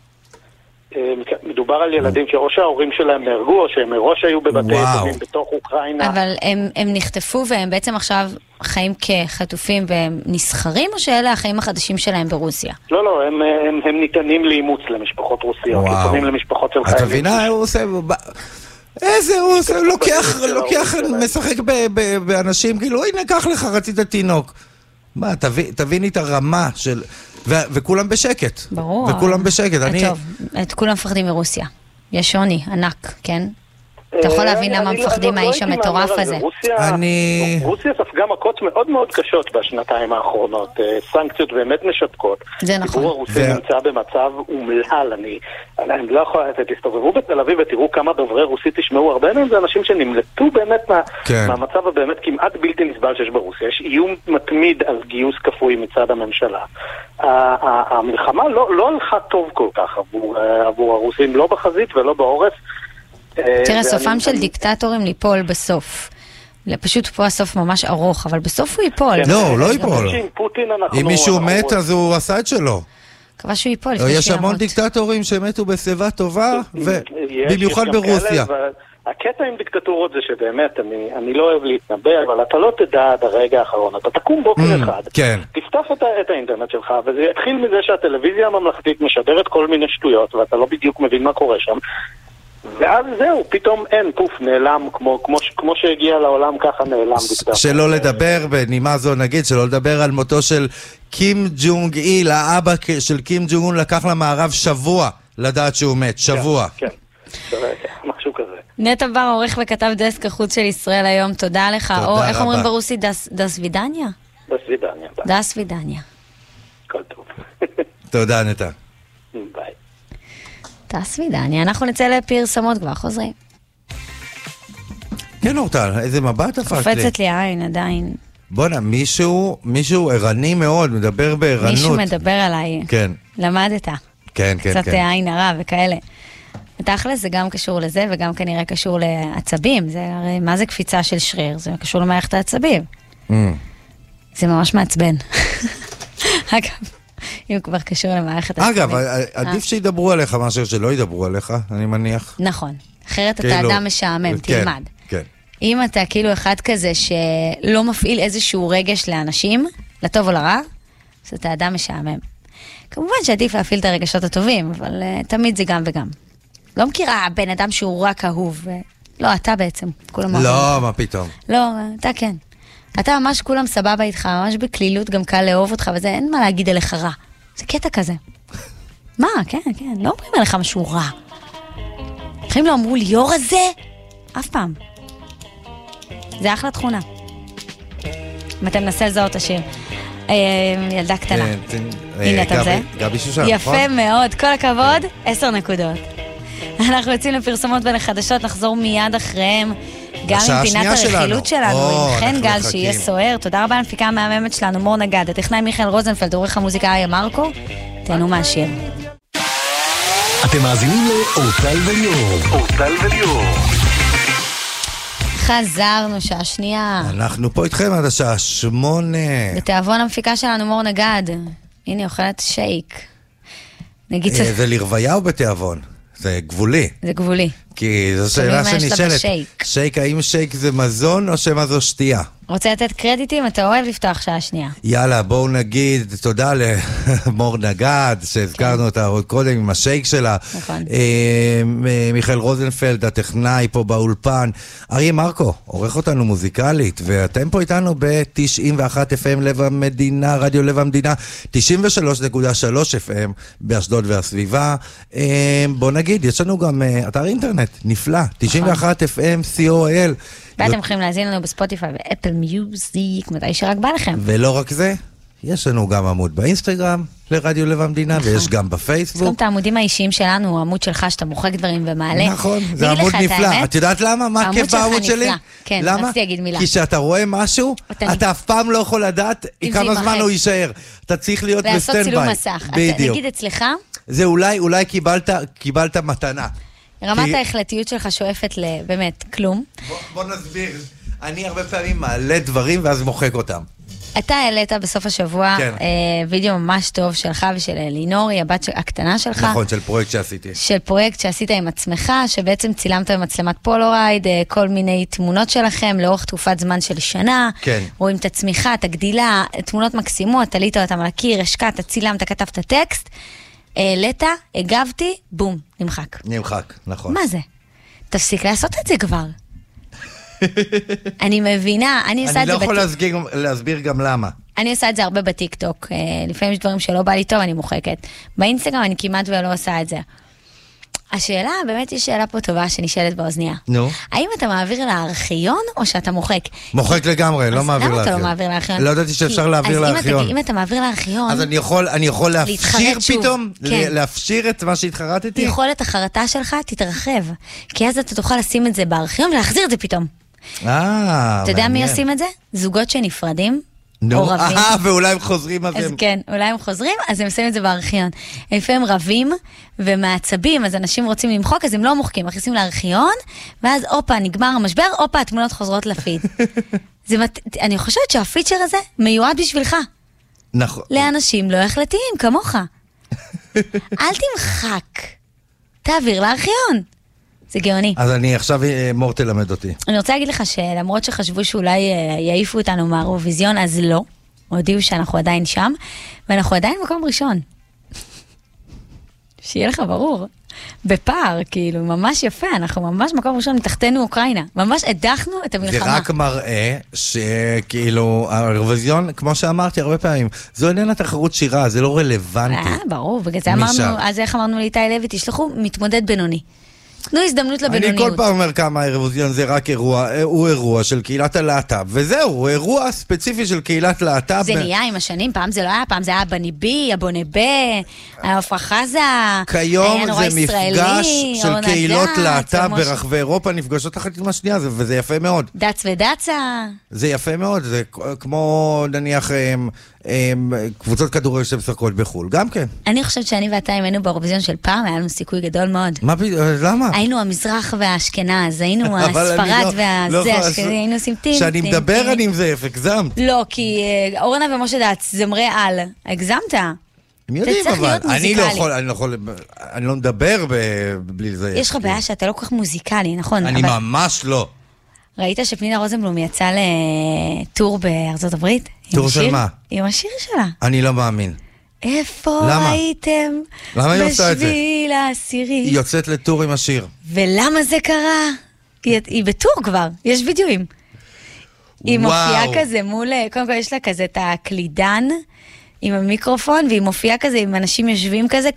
[SPEAKER 5] מדובר על ילדים שאו שההורים שלהם נהרגו, או שהם מראש היו בבתי יתומים בתוך אוקראינה.
[SPEAKER 2] אבל הם נחטפו והם בעצם עכשיו חיים כחטופים והם נסחרים, או שאלה החיים החדשים שלהם ברוסיה?
[SPEAKER 5] לא, הם ניתנים לאימוץ למשפחות רוסיות. ניתנים למשפחות של חיילים.
[SPEAKER 3] אתה מבינה, הוא עושה... איזה הוא עושה? לוקח, משחק באנשים, כאילו, הנה, קח לך, רצית תינוק. מה, תביני את הרמה של... וכולם בשקט.
[SPEAKER 2] ברור.
[SPEAKER 3] וכולם בשקט.
[SPEAKER 2] טוב, את כולם מפחדים מרוסיה. יש שוני, ענק, כן? אתה יכול להבין למה מפחדים מהאיש המטורף הזה.
[SPEAKER 5] רוסיה ספגה מכות מאוד מאוד קשות בשנתיים האחרונות, סנקציות באמת משתקות.
[SPEAKER 2] זה נכון.
[SPEAKER 5] הציבור הרוסי נמצא במצב אומלל, אני לא יכול, תסתובבו בתל אביב ותראו כמה דוברי רוסית תשמעו, הרבה מהם זה אנשים שנמלטו באמת מהמצב הבאמת כמעט בלתי נסבל שיש ברוסיה. יש איום מתמיד על גיוס כפוי מצד הממשלה. המלחמה לא הלכה טוב כל כך עבור הרוסים, לא בחזית ולא בעורף.
[SPEAKER 2] תראה, סופם של דיקטטורים ליפול בסוף. פשוט פה הסוף ממש ארוך, אבל בסוף הוא ייפול.
[SPEAKER 3] לא, הוא לא ייפול. אם מישהו מת, אז הוא עשה את שלו.
[SPEAKER 2] מקווה שהוא ייפול.
[SPEAKER 3] יש המון דיקטטורים שמתו בשיבה טובה, ובמיוחד ברוסיה.
[SPEAKER 5] הקטע עם דיקטטורות זה שבאמת, אני לא אוהב להתנבא, אבל אתה לא תדע עד הרגע האחרון. אתה תקום בוקר אחד, תפתח את האינטרנט שלך, וזה יתחיל מזה שהטלוויזיה הממלכתית משדרת כל מיני שטויות, ואתה לא בדיוק מבין מה קורה שם. ואז זהו, פתאום אין, פוף, נעלם, כמו שהגיע לעולם, ככה נעלם דיקטטור.
[SPEAKER 3] שלא לדבר, בנימה זו נגיד, שלא לדבר על מותו של קים ג'ונג איל, האבא של קים ג'ונג און לקח למערב שבוע לדעת שהוא מת, שבוע.
[SPEAKER 5] כן, משהו כזה.
[SPEAKER 2] נטע בר, עורך וכתב דסק החוץ של ישראל היום, תודה לך. או איך אומרים ברוסית, דס וידניה?
[SPEAKER 5] דס וידניה.
[SPEAKER 2] דס וידניה.
[SPEAKER 5] כל טוב.
[SPEAKER 3] תודה נטע.
[SPEAKER 5] ביי.
[SPEAKER 2] דס וידניה, אנחנו נצא לפרסמות כבר, חוזרים.
[SPEAKER 3] כן אורטל, איזה מבט הפך לי.
[SPEAKER 2] קופצת לי העין עדיין.
[SPEAKER 3] בוא'נה, מישהו ערני מאוד, מדבר בערנות.
[SPEAKER 2] מישהו מדבר עליי.
[SPEAKER 3] כן.
[SPEAKER 2] למדת.
[SPEAKER 3] כן.
[SPEAKER 2] קצת עין הרע וכאלה. בתכלס זה גם קשור לזה, וגם כנראה קשור לעצבים. זה הרי, מה זה קפיצה של שריר? זה קשור למערכת העצבים. זה ממש מעצבן. אגב, אם כבר קשור למערכת העצבים.
[SPEAKER 3] אגב, עדיף שידברו עליך מאשר שלא ידברו עליך, אני מניח.
[SPEAKER 2] נכון. אחרת אתה אדם משעמם, תלמד.
[SPEAKER 3] כן.
[SPEAKER 2] אם אתה כאילו אחד כזה שלא מפעיל איזשהו רגש לאנשים, לטוב או לרע, אז אתה אדם משעמם. כמובן שעדיף להפעיל את הרגשות הטובים, אבל תמיד זה גם וגם. לא מכירה בן אדם שהוא רק אהוב. לא, אתה בעצם.
[SPEAKER 3] לא, מה פתאום.
[SPEAKER 2] לא, אתה כן. אתה ממש כולם סבבה איתך, ממש בכלילות גם קל לאהוב אותך, וזה אין מה להגיד עליך רע. זה קטע כזה. מה? כן, לא אומרים עליך משהו רע. אחרים לא אמרו ליאור הזה? אף פעם. זה אחלה תכונה. אם אתה מנסה לזהות את השיר. ילדה קטנה. הנה אתה זה.
[SPEAKER 3] גבי שושן.
[SPEAKER 2] יפה מאוד, כל הכבוד, 10 נקודות. אנחנו יוצאים לפרסומות ולחדשות, נחזור מיד אחריהם. גם עם פינת הרכילות שלנו, עם חן גל שיהיה סוער. תודה רבה למפיקה המהממת שלנו, מור נגד, הטכנאי מיכאל רוזנפלד, עורך המוזיקה איה מרקו. תהנו מהשיר.
[SPEAKER 1] אתם מאזינים לאורטל וליאור. אורטל וליאור.
[SPEAKER 2] חזרנו, שעה שנייה.
[SPEAKER 3] אנחנו פה איתכם עד השעה 8.
[SPEAKER 2] בתיאבון המפיקה שלנו, מור נגד. הנה, אוכלת שייק.
[SPEAKER 3] זה לרוויה או בתיאבון? זה גבולי.
[SPEAKER 2] זה גבולי.
[SPEAKER 3] כי זו שאלה שנשאלת. שייק, האם שייק זה מזון או שמה זו שתייה?
[SPEAKER 2] רוצה לתת קרדיטים? אתה אוהב לפתוח שעה שנייה.
[SPEAKER 3] יאללה, בואו נגיד תודה למור נגד, שהזכרנו אותה עוד קודם עם השייק שלה.
[SPEAKER 2] נכון.
[SPEAKER 3] מיכאל רוזנפלד, הטכנאי פה באולפן. אריה מרקו, עורך אותנו מוזיקלית, ואתם פה איתנו ב-91 FM לב המדינה, רדיו לב המדינה, 93.3 FM באשדוד והסביבה. בואו נגיד, יש לנו גם אתר אינטרנט נפלא, 91 FM COL.
[SPEAKER 2] ואתם יכולים להזין לנו בספוטיפיי ואפל מיוזיק, מתי שרק בא לכם.
[SPEAKER 3] ולא רק זה, יש לנו גם עמוד באינסטגרם לרדיו לב המדינה, ויש גם בפייסבוק.
[SPEAKER 2] גם את העמודים האישיים שלנו, העמוד שלך שאתה מוחק דברים ומעלה.
[SPEAKER 3] נכון, זה עמוד נפלא. את יודעת למה? מה כיף בעמוד שלי?
[SPEAKER 2] כן, רציתי להגיד מילה.
[SPEAKER 3] כי כשאתה רואה משהו, אתה אף פעם לא יכול לדעת כמה זמן הוא יישאר. אתה צריך להיות בסטנד ביי.
[SPEAKER 2] לעשות צילום מסך. נגיד אצלך?
[SPEAKER 3] זה אולי קיבלת מתנה.
[SPEAKER 2] רמת ההחלטיות שלך שואפת לבאמת כלום.
[SPEAKER 3] בוא נסביר. אני הרבה פעמים מעלה דברים ואז מוחק אותם.
[SPEAKER 2] אתה העלית בסוף השבוע וידאו ממש טוב שלך ושל לינורי, הבת הקטנה שלך.
[SPEAKER 3] נכון, של פרויקט שעשיתי.
[SPEAKER 2] של פרויקט שעשית עם עצמך, שבעצם צילמת במצלמת פולורייד, כל מיני תמונות שלכם לאורך תקופת זמן של שנה.
[SPEAKER 3] כן.
[SPEAKER 2] רואים את הצמיחה, את הגדילה, תמונות מקסימות, עלית אותם על הקיר, השקעת, צילמת, כתבת טקסט. העלית, הגבתי, בום, נמחק.
[SPEAKER 3] נמחק, נכון.
[SPEAKER 2] מה זה? תפסיק לעשות את זה כבר. אני מבינה, אני עושה את זה...
[SPEAKER 3] אני לא יכול להסביר גם למה.
[SPEAKER 2] אני עושה את זה הרבה בטיק-טוק. לפעמים יש דברים שלא בא לי טוב, אני מוחקת. באינסטגרם אני כמעט ולא עושה את זה. השאלה, באמת יש שאלה פה טובה שנשאלת באוזניה.
[SPEAKER 3] נו.
[SPEAKER 2] האם אתה מעביר לארכיון או שאתה מוחק?
[SPEAKER 3] מוחק לגמרי, לא מעביר
[SPEAKER 2] לארכיון. למה אתה
[SPEAKER 3] לארכיון?
[SPEAKER 2] לא מעביר לארכיון?
[SPEAKER 3] לא ידעתי שאפשר להעביר לארכיון.
[SPEAKER 2] אם אתה מעביר לארכיון...
[SPEAKER 3] אז אני יכול להפשיר פתאום?
[SPEAKER 2] כן.
[SPEAKER 3] להפשיר את מה שהתחרטתי?
[SPEAKER 2] יכולת החרטה שלך תתרחב. כי אז אתה תוכל לשים את זה בארכיון ולהחזיר את זה פתאום. אתה יודע מי עושים את זה? זוגות שנפרדים. או רבים.
[SPEAKER 3] ואולי הם חוזרים אז הם...
[SPEAKER 2] כן, אולי הם חוזרים, אז הם שמים את זה בארכיון. לפעמים רבים ומעצבים, אז אנשים רוצים למחוק, אז הם לא מוחקים, מכניסים לארכיון, ואז אופה, נגמר המשבר, אופה, התמונות חוזרות לפיד. אני חושבת שהפיצ'ר הזה מיועד בשבילך.
[SPEAKER 3] נכון.
[SPEAKER 2] לאנשים לא החלטיים, כמוך. אל תמחק, תעביר לארכיון. זה גאוני.
[SPEAKER 3] אז אני עכשיו מור תלמד אותי.
[SPEAKER 2] אני רוצה להגיד לך שלמרות שחשבו שאולי יעיפו אותנו מהאירוויזיון, אז לא. הודיעו שאנחנו עדיין שם, ואנחנו עדיין מקום ראשון. שיהיה לך ברור. בפער, כאילו, ממש יפה, אנחנו ממש מקום ראשון מתחתנו אוקראינה. ממש הדחנו את המלחמה.
[SPEAKER 3] זה רק מראה שכאילו, האירוויזיון, כמו שאמרתי הרבה פעמים, זו איננה תחרות שירה, זה לא רלוונטי.
[SPEAKER 2] ברור, בגלל זה אמרנו, אז איך אמרנו לאיתי לוי, תשלחו מתמודד בינוני. תנו הזדמנות לבינוניות.
[SPEAKER 3] אני כל פעם אומר כמה האירוויזיון זה רק אירוע, הוא אירוע של קהילת הלהט"ב, וזהו, הוא אירוע ספציפי של קהילת להט"ב.
[SPEAKER 2] זה נהיה עם השנים, פעם זה לא היה, פעם זה היה בניבי, הבונבה, עפרה חזה,
[SPEAKER 3] כיום זה מפגש של קהילות להט"ב ברחבי אירופה, נפגשות אחת עם השנייה, וזה יפה מאוד.
[SPEAKER 2] דץ ודצה.
[SPEAKER 3] זה יפה מאוד, זה כמו נניח קבוצות כדורגל שמשחקות בחו"ל, גם כן.
[SPEAKER 2] אני חושבת שאני ואתה היינו באירוויזיון של פעם, היה לנו סיכוי גדול מאוד.
[SPEAKER 3] למה?
[SPEAKER 2] היינו המזרח והאשכנז, היינו הספרד והזה, היינו עושים טים.
[SPEAKER 3] כשאני מדבר אני עם זה, הגזמת.
[SPEAKER 2] לא, כי אורנה ומשה דץ, זמרי על, הגזמת.
[SPEAKER 3] הם יודעים, אבל אני לא מדבר בלי זה.
[SPEAKER 2] יש לך בעיה שאתה לא כל כך מוזיקלי, נכון?
[SPEAKER 3] אני ממש לא.
[SPEAKER 2] ראית שפנינה רוזנבלום יצאה לטור בארצות הברית?
[SPEAKER 3] טור של מה?
[SPEAKER 2] עם השיר שלה.
[SPEAKER 3] אני לא מאמין.
[SPEAKER 2] איפה הייתם?
[SPEAKER 3] למה היא עושה את זה?
[SPEAKER 2] בשביל העשירי.
[SPEAKER 3] היא יוצאת לטור עם השיר.
[SPEAKER 2] ולמה זה קרה? היא בטור כבר, יש וידאוים. היא מופיעה כזה מול, קודם כל יש לה כזה את הקלידן עם המיקרופון, והיא מופיעה כזה עם אנשים יושבים כזה,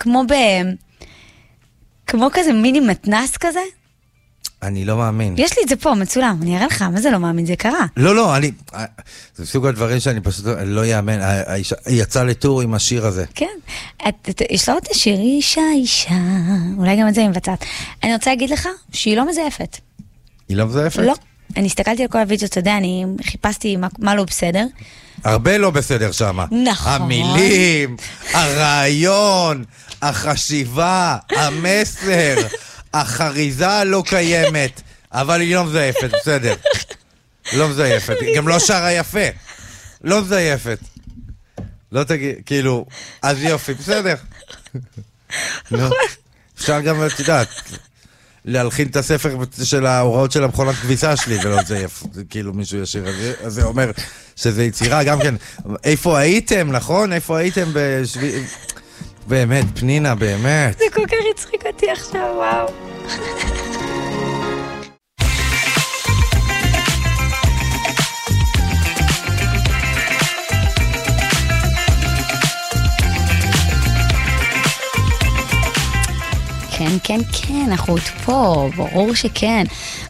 [SPEAKER 2] כמו כזה מיני מתנס כזה.
[SPEAKER 3] אני לא מאמין.
[SPEAKER 2] יש לי את זה פה, מצולם, אני אראה לך, מה זה לא מאמין, זה קרה.
[SPEAKER 3] לא, זה סוג הדברים שאני פשוט לא יאמן, היא יצאה לטור עם השיר הזה.
[SPEAKER 2] כן, יש לה עוד השיר, אישה, אולי גם את זה היא מבצעת. אני רוצה להגיד לך שהיא לא מזייפת.
[SPEAKER 3] היא לא מזייפת?
[SPEAKER 2] לא, אני הסתכלתי על כל הוידאו, אתה יודע, אני חיפשתי מה לא בסדר.
[SPEAKER 3] הרבה לא בסדר שם.
[SPEAKER 2] נכון.
[SPEAKER 3] המילים, הרעיון, החשיבה, המסר. החריזה לא קיימת, אבל היא לא מזייפת, בסדר. לא מזייפת, גם לא שרה יפה. לא מזייפת. לא תגיד, כאילו, אז יופי, בסדר. אפשר גם, את יודעת, להלחין את הספר של ההוראות של המכונת כביסה שלי, ולא מזייף. כאילו מישהו ישיר, אז זה אומר שזה יצירה, גם כן, איפה הייתם, נכון? איפה הייתם באמת, פנינה, באמת.
[SPEAKER 2] זה כל כך יצחיק אותי עכשיו, וואו. כן, אנחנו עוד פה, ברור שכן.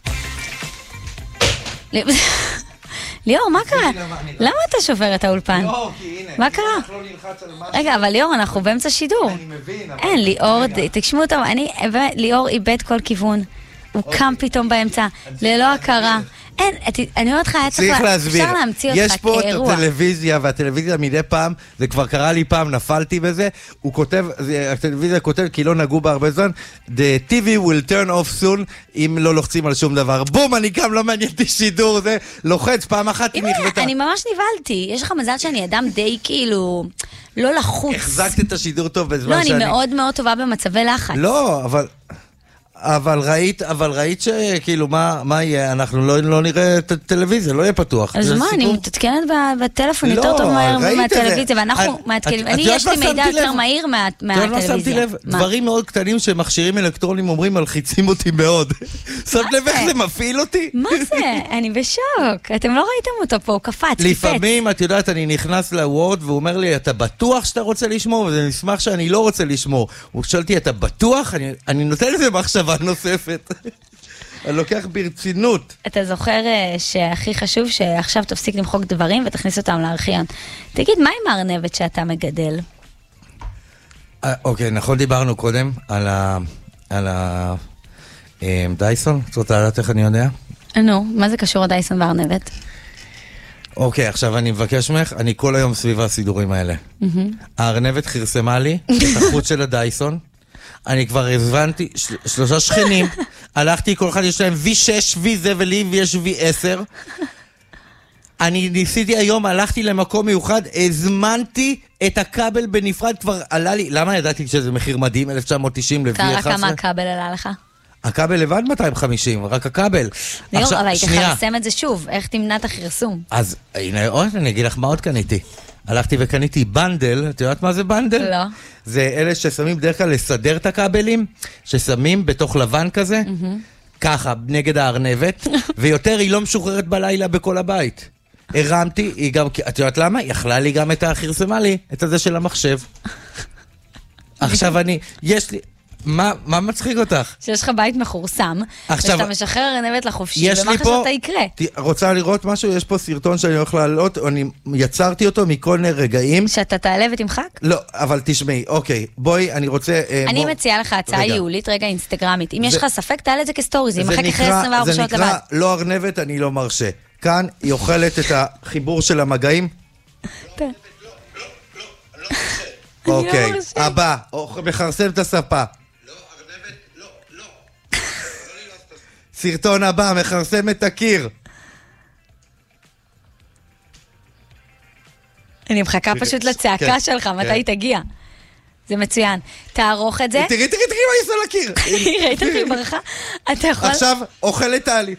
[SPEAKER 2] ליאור, מה קרה? למה אתה שובר את האולפן?
[SPEAKER 3] לא, כי הנה.
[SPEAKER 2] מה קרה? רגע, אבל ליאור, אנחנו באמצע שידור.
[SPEAKER 3] אני מבין.
[SPEAKER 2] אין, ליאור, תקשמו אותו, ליאור איבד כל כיוון. הוא קם פתאום באמצע, ללא הכרה. אין, אני אומרת לך,
[SPEAKER 3] צריך להסביר.
[SPEAKER 2] אפשר להמציא אותך
[SPEAKER 3] יש פה
[SPEAKER 2] כאירוע.
[SPEAKER 3] את הטלוויזיה, והטלוויזיה מדי פעם, זה כבר קרה לי פעם, נפלתי בזה, הוא כותב, הטלוויזיה כותב, כי לא נגעו בה הרבה זמן, The TV will turn off soon, אם לא לוחצים על שום דבר. בום, אני קם, לא מעניין אותי שידור, זה לוחץ, פעם אחת היא נכבטה.
[SPEAKER 2] אני ממש נבלתי, יש לך מזל שאני אדם די כאילו, לא לחוץ.
[SPEAKER 3] החזקת את השידור טוב בזמן
[SPEAKER 2] לא, אני מאוד מאוד טובה במצבי לחץ.
[SPEAKER 3] לא, אבל אבל ראית שכאילו מה יהיה, אנחנו לא נראה את הטלוויזיה, לא יהיה פתוח.
[SPEAKER 2] אז מה, אני מתעדכנת בטלפון יותר טוב מהטלוויזיה, ואנחנו מעדכנים, יש לי מידע יותר מהיר מהטלוויזיה.
[SPEAKER 3] לא שמתי לב, דברים מאוד קטנים שמכשירים אלקטרונים אומרים מלחיצים אותי מאוד. שמת לב איך זה מפעיל אותי?
[SPEAKER 2] מה זה? אני בשוק. אתם לא ראיתם אותו פה, הוא קפץ.
[SPEAKER 3] לפעמים, את יודעת, אני נכנס לוורד והוא אומר לי, אתה בטוח שאתה רוצה לשמור? וזה נשמח שאני לא רוצה לשמור. הוא שואל אותי, אתה בטוח? אני נותן לזה מחשבה נוספת. אני לוקח ברצינות.
[SPEAKER 2] אתה זוכר שהכי חשוב שעכשיו תפסיק למחוק דברים ותכניס אותם לארכיון. תגיד, מה עם הארנבת שאתה מגדל?
[SPEAKER 3] אוקיי, נכון דיברנו קודם על דייסון? את רוצה לדעת איך אני יודע?
[SPEAKER 2] נו, מה זה קשור הדייסון והארנבת?
[SPEAKER 3] אוקיי, עכשיו אני מבקש ממך, אני כל היום סביב הסידורים האלה. הארנבת חרסמה לי את החוט של הדייסון. אני כבר הבנתי, 3 שכנים, הלכתי, כל אחד יש להם V6, V זה ולי, ויש V10. אני ניסיתי היום, הלכתי למקום מיוחד, הזמנתי את הכבל בנפרד, כבר עלה לי, למה ידעתי שזה מחיר מדהים, 1990 ל-V11?
[SPEAKER 2] קרה כמה הכבל עלה לך?
[SPEAKER 3] הכבל לבד 250, רק הכבל.
[SPEAKER 2] ליאור, אבל היית חרסם את זה שוב, איך תמנע את החרסום?
[SPEAKER 3] אז הנה, אני אגיד לך מה עוד קניתי. הלכתי וקניתי בנדל, את יודעת מה זה בנדל?
[SPEAKER 2] לא.
[SPEAKER 3] זה אלה ששמים בדרך כלל לסדר את הכבלים, ששמים בתוך לבן כזה, ככה, נגד הארנבת, ויותר היא לא משוחררת בלילה בכל הבית. הרמתי, היא גם, את יודעת למה? היא אכלה לי גם את החרסמה לי, את הזה של המחשב. עכשיו יש לי... מה מצחיק אותך?
[SPEAKER 2] שיש לך בית מחורסם, ושאתה משחרר ארנבת לחופשי, ומה חשבת יקרה?
[SPEAKER 3] רוצה לראות משהו? יש פה סרטון שאני הולך לעלות, אני יצרתי אותו מכל מיני רגעים.
[SPEAKER 2] שאתה תעלה ותמחק?
[SPEAKER 3] לא, אבל תשמעי, אוקיי, בואי, אני רוצה...
[SPEAKER 2] אני מציעה לך הצעה ייעולית, רגע אינסטגרמית. אם יש לך ספק, תעלה את זה כסטורי, זה ימחק אחרי 24 שעות לבד.
[SPEAKER 3] זה נקרא לא ארנבת, אני לא מרשה. כאן היא אוכלת את החיבור של המגעים. אוקיי, הבא, מחרסם את הספה. סרטון הבא, מחרסם את הקיר.
[SPEAKER 2] אני מחכה פשוט לצעקה שלך, מתי תגיע. זה מצוין. תערוך את זה.
[SPEAKER 3] תראי מה היא עושה לקיר.
[SPEAKER 2] ראית אותי ברכה? אתה יכול...
[SPEAKER 3] עכשיו, אוכלת טלי.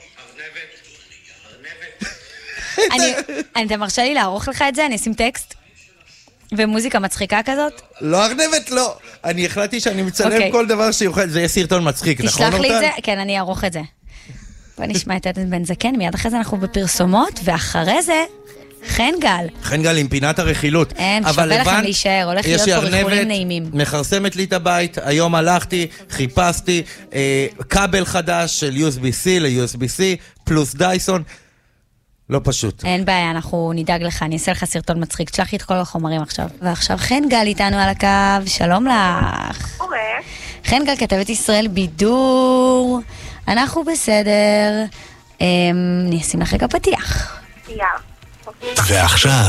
[SPEAKER 2] אתה מרשה לי לערוך לך את זה? אני אשים טקסט ומוזיקה מצחיקה כזאת?
[SPEAKER 3] לא ארנבת, לא. אני החלטתי שאני מצלם כל דבר שיוכל, זה יהיה סרטון מצחיק, נכון?
[SPEAKER 2] תשלח לי את זה? כן, אני אערוך את זה. בוא נשמע את עדן בן זקן, מיד אחרי זה אנחנו בפרסומות, ואחרי זה, חן גל.
[SPEAKER 3] חן גל עם פינת הרכילות.
[SPEAKER 2] אין, שווה לכם להישאר, הולך להיות פה רכולים נעימים.
[SPEAKER 3] מחרסמת לי את הבית, היום הלכתי, חיפשתי, כבל חדש של USB-C ל-USB-C, פלוס דייסון. לא פשוט.
[SPEAKER 2] אין בעיה, אנחנו נדאג לך, אני אעשה לך סרטון מצחיק, תשלח לי את כל החומרים עכשיו. ועכשיו חן גל איתנו על הקו, שלום לך. חן גל כתבת ישראל בידור, אנחנו בסדר, אני אשים לך רגע פתיח.
[SPEAKER 1] ועכשיו,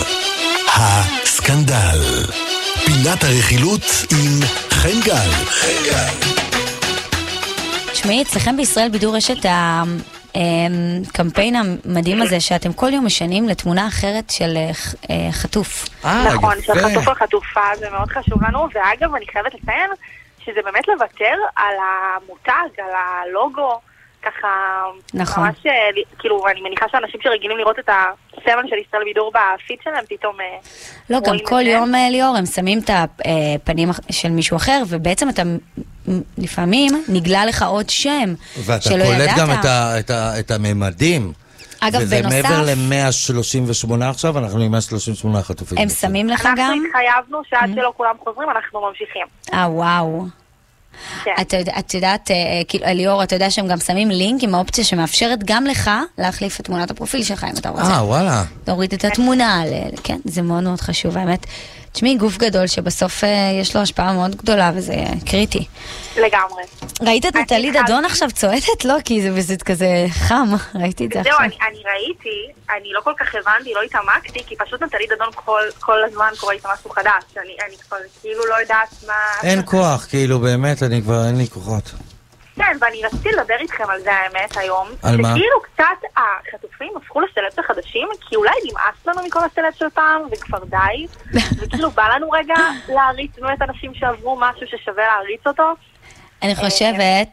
[SPEAKER 1] הסקנדל, פינת הרכילות עם חן גל.
[SPEAKER 2] תשמעי, אצלכם בישראל בידור יש את הקמפיין המדהים הזה שאתם כל יום משנים לתמונה אחרת של חטוף.
[SPEAKER 6] נכון, של חטוף או חטופה, זה מאוד חשוב לנו, ואגב אני חייבת לציין שזה באמת לוותר על המותג, על הלוגו, ככה
[SPEAKER 2] נכון.
[SPEAKER 6] ממש, כאילו אני מניחה שאנשים שרגילים לראות את הסמל של ישראל בידור בפיד שלהם פתאום
[SPEAKER 2] לא, גם כל יום ליאור הם שמים את הפנים של מישהו אחר, ובעצם אתה לפעמים נגלה לך עוד שם
[SPEAKER 3] ואתה
[SPEAKER 2] שלא ידעת.
[SPEAKER 3] קולט גם את הממדים.
[SPEAKER 2] אגב,
[SPEAKER 3] וזה
[SPEAKER 2] בנוסף,
[SPEAKER 3] מעבר ל-138 עכשיו, אנחנו עם 138 חטופים.
[SPEAKER 2] הם שמים לך גם?
[SPEAKER 6] אנחנו התחייבנו שעד שלא כולם חוזרים, אנחנו ממשיכים.
[SPEAKER 2] וואו.
[SPEAKER 6] כן.
[SPEAKER 2] את יודעת, ליאור, אתה יודע שהם גם שמים לינק עם האופציה שמאפשרת גם לך להחליף את תמונת הפרופיל שלך, אם אתה רוצה.
[SPEAKER 3] וואלה.
[SPEAKER 2] תוריד את התמונה, כן, זה מאוד מאוד חשוב, האמת. תשמעי, גוף גדול שבסוף יש לו השפעה מאוד גדולה, וזה קריטי.
[SPEAKER 6] לגמרי.
[SPEAKER 2] ראית את נטלי דדון עכשיו צועדת? לא, כי זה כזה חם, ראיתי את זה עכשיו.
[SPEAKER 6] זהו, אני ראיתי, אני לא כל כך הבנתי, לא התעמקתי, כי פשוט נטלי דדון כל הזמן קורא איתה משהו חדש. אני כבר כאילו לא יודעת מה...
[SPEAKER 3] אין כוח, כאילו, באמת, אני כבר אין לי כוחות.
[SPEAKER 6] כן, ואני רציתי לדבר איתכם על זה האמת היום.
[SPEAKER 3] על מה?
[SPEAKER 6] שכאילו קצת החטופים הפכו לסלבס החדשים, כי אולי נמאס לנו מכל הסלבס של פעם, וכבר די. וכאילו בא לנו רגע להריץ באמת אנשים שעברו משהו ששווה להריץ אותו.
[SPEAKER 2] אני חושבת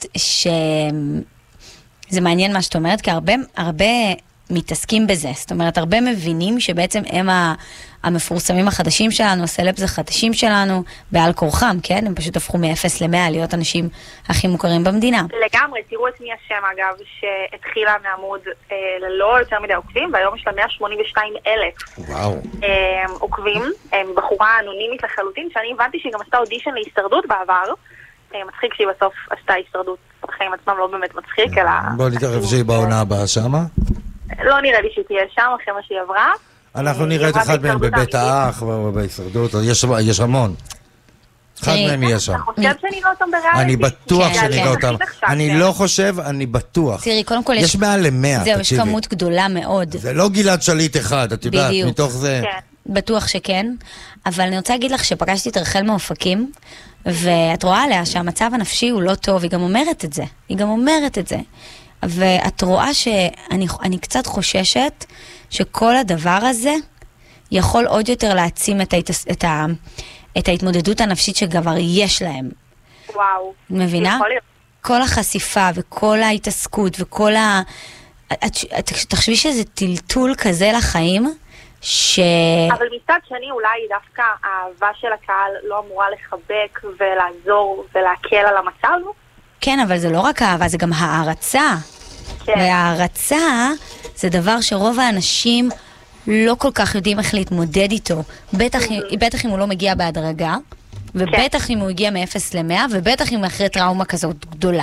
[SPEAKER 2] שזה מעניין מה שאת אומרת, כי הרבה מתעסקים בזה. זאת אומרת, הרבה מבינים שבעצם הם המפורסמים החדשים שלנו, הסלבס החדשים שלנו, בעל כורחם, כן? הם פשוט הפכו מ-0 ל-100 להיות אנשים הכי מוכרים במדינה.
[SPEAKER 6] לגמרי, תראו את מי השם אגב, שהתחילה מעמוד ללא יותר מדי עוקבים, והיום יש לה 182,000 עוקבים, בחורה אנונימית לחלוטין, שאני הבנתי שהיא גם עשתה אודישן להישרדות בעבר, מצחיק שהיא בסוף עשתה הישרדות, בחיים עצמם לא באמת מצחיק, אלא...
[SPEAKER 3] בוא נתרחב שהיא בעונה הבאה שמה.
[SPEAKER 6] לא נראה לי שהיא תהיה שם אחרי מה שהיא עברה.
[SPEAKER 3] אנחנו נראה את אחד מהם בבית האח, בהישרדות, יש המון. אחד מהם יהיה שם.
[SPEAKER 6] אתה חושב שנראה אותם בריאליטי?
[SPEAKER 3] אני בטוח שנראה אותם. אני לא חושב, אני בטוח.
[SPEAKER 2] תראי, קודם כל
[SPEAKER 3] יש מעל ל-100,
[SPEAKER 2] זהו, יש כמות גדולה מאוד.
[SPEAKER 3] זה לא גלעד שליט אחד, את יודעת, מתוך זה.
[SPEAKER 2] בטוח שכן, אבל אני רוצה להגיד לך שפגשתי את רחל מאופקים, ואת רואה עליה שהמצב הנפשי הוא לא טוב, היא גם אומרת את זה. ואת רואה שאני קצת חוששת שכל הדבר הזה יכול עוד יותר להעצים את ההתמודדות הנפשית שכבר יש להם.
[SPEAKER 6] וואו.
[SPEAKER 2] מבינה? כל החשיפה וכל ההתעסקות וכל תחשבי שזה טלטול כזה לחיים
[SPEAKER 6] אבל מצד שני אולי דווקא האהבה של הקהל לא אמורה לחבק ולעזור ולהקל על המצב?
[SPEAKER 2] כן, אבל זה לא רק אהבה, זה גם הערצה. כן. והערצה זה דבר שרוב האנשים לא כל כך יודעים איך להתמודד איתו. בטח אם הוא לא מגיע בהדרגה, ובטח אם הוא הגיע מ-0 ל-100, ובטח אם אחרי טראומה כזאת גדולה.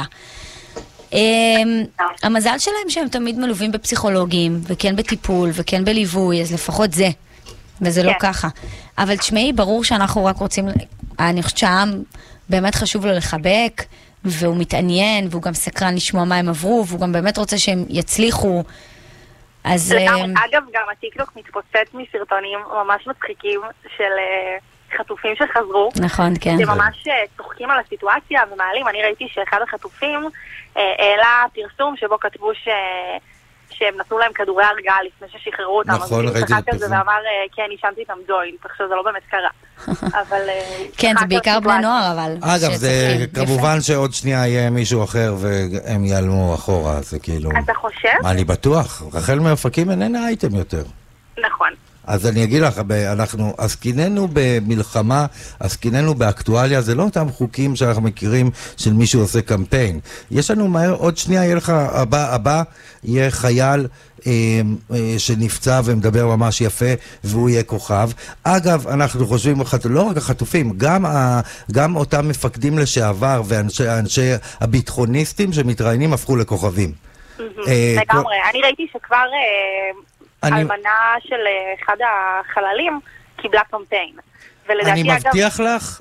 [SPEAKER 2] המזל שלהם שהם תמיד מלווים בפסיכולוגים, וכן בטיפול, וכן בליווי, אז לפחות זה. וזה לא ככה. אבל תשמעי, ברור שאנחנו רק רוצים, אני חושבת שהעם באמת חשוב לו לחבק, והוא מתעניין, והוא גם סקרן לשמוע מה הם עברו, והוא גם באמת רוצה שהם יצליחו. אז...
[SPEAKER 6] אגב, גם הטיקטוק מתפוצץ מסרטונים ממש מצחיקים של חטופים שחזרו.
[SPEAKER 2] נכון, כן.
[SPEAKER 6] זה ממש צוחקים על הסיטואציה ומעלים. אני ראיתי שאחד החטופים העלה פרסום שבו כתבו שהם נתנו להם כדורי הרגעה לפני ששחררו אותם.
[SPEAKER 3] נכון, ראיתי את
[SPEAKER 6] זה. ואמר, כן, נשמתי איתם ג'וינט. עכשיו זה לא באמת קרה. אבל...
[SPEAKER 2] כן, זה בעיקר בני נוער, אבל...
[SPEAKER 3] אגב, זה כמובן שעוד שנייה יהיה מישהו אחר והם ייעלמו אחורה, זה כאילו...
[SPEAKER 6] אתה חושב?
[SPEAKER 3] אני בטוח. רחל מאופקים איננה אייטם יותר.
[SPEAKER 6] נכון.
[SPEAKER 3] אז אני אגיד לך, אנחנו עסקיננו במלחמה, עסקיננו באקטואליה, זה לא אותם חוקים שאנחנו מכירים של מישהו עושה קמפיין. יש לנו מהר, עוד שנייה יהיה לך, הבא יהיה חייל שנפצע ומדבר ממש יפה, והוא יהיה כוכב. אגב, אנחנו חושבים, לא רק החטופים, גם אותם מפקדים לשעבר ואנשי הביטחוניסטים שמתראיינים הפכו לכוכבים.
[SPEAKER 6] לגמרי, אני ראיתי שכבר... אלמנה של אחד החללים קיבלה קמפיין.
[SPEAKER 3] אני מבטיח לך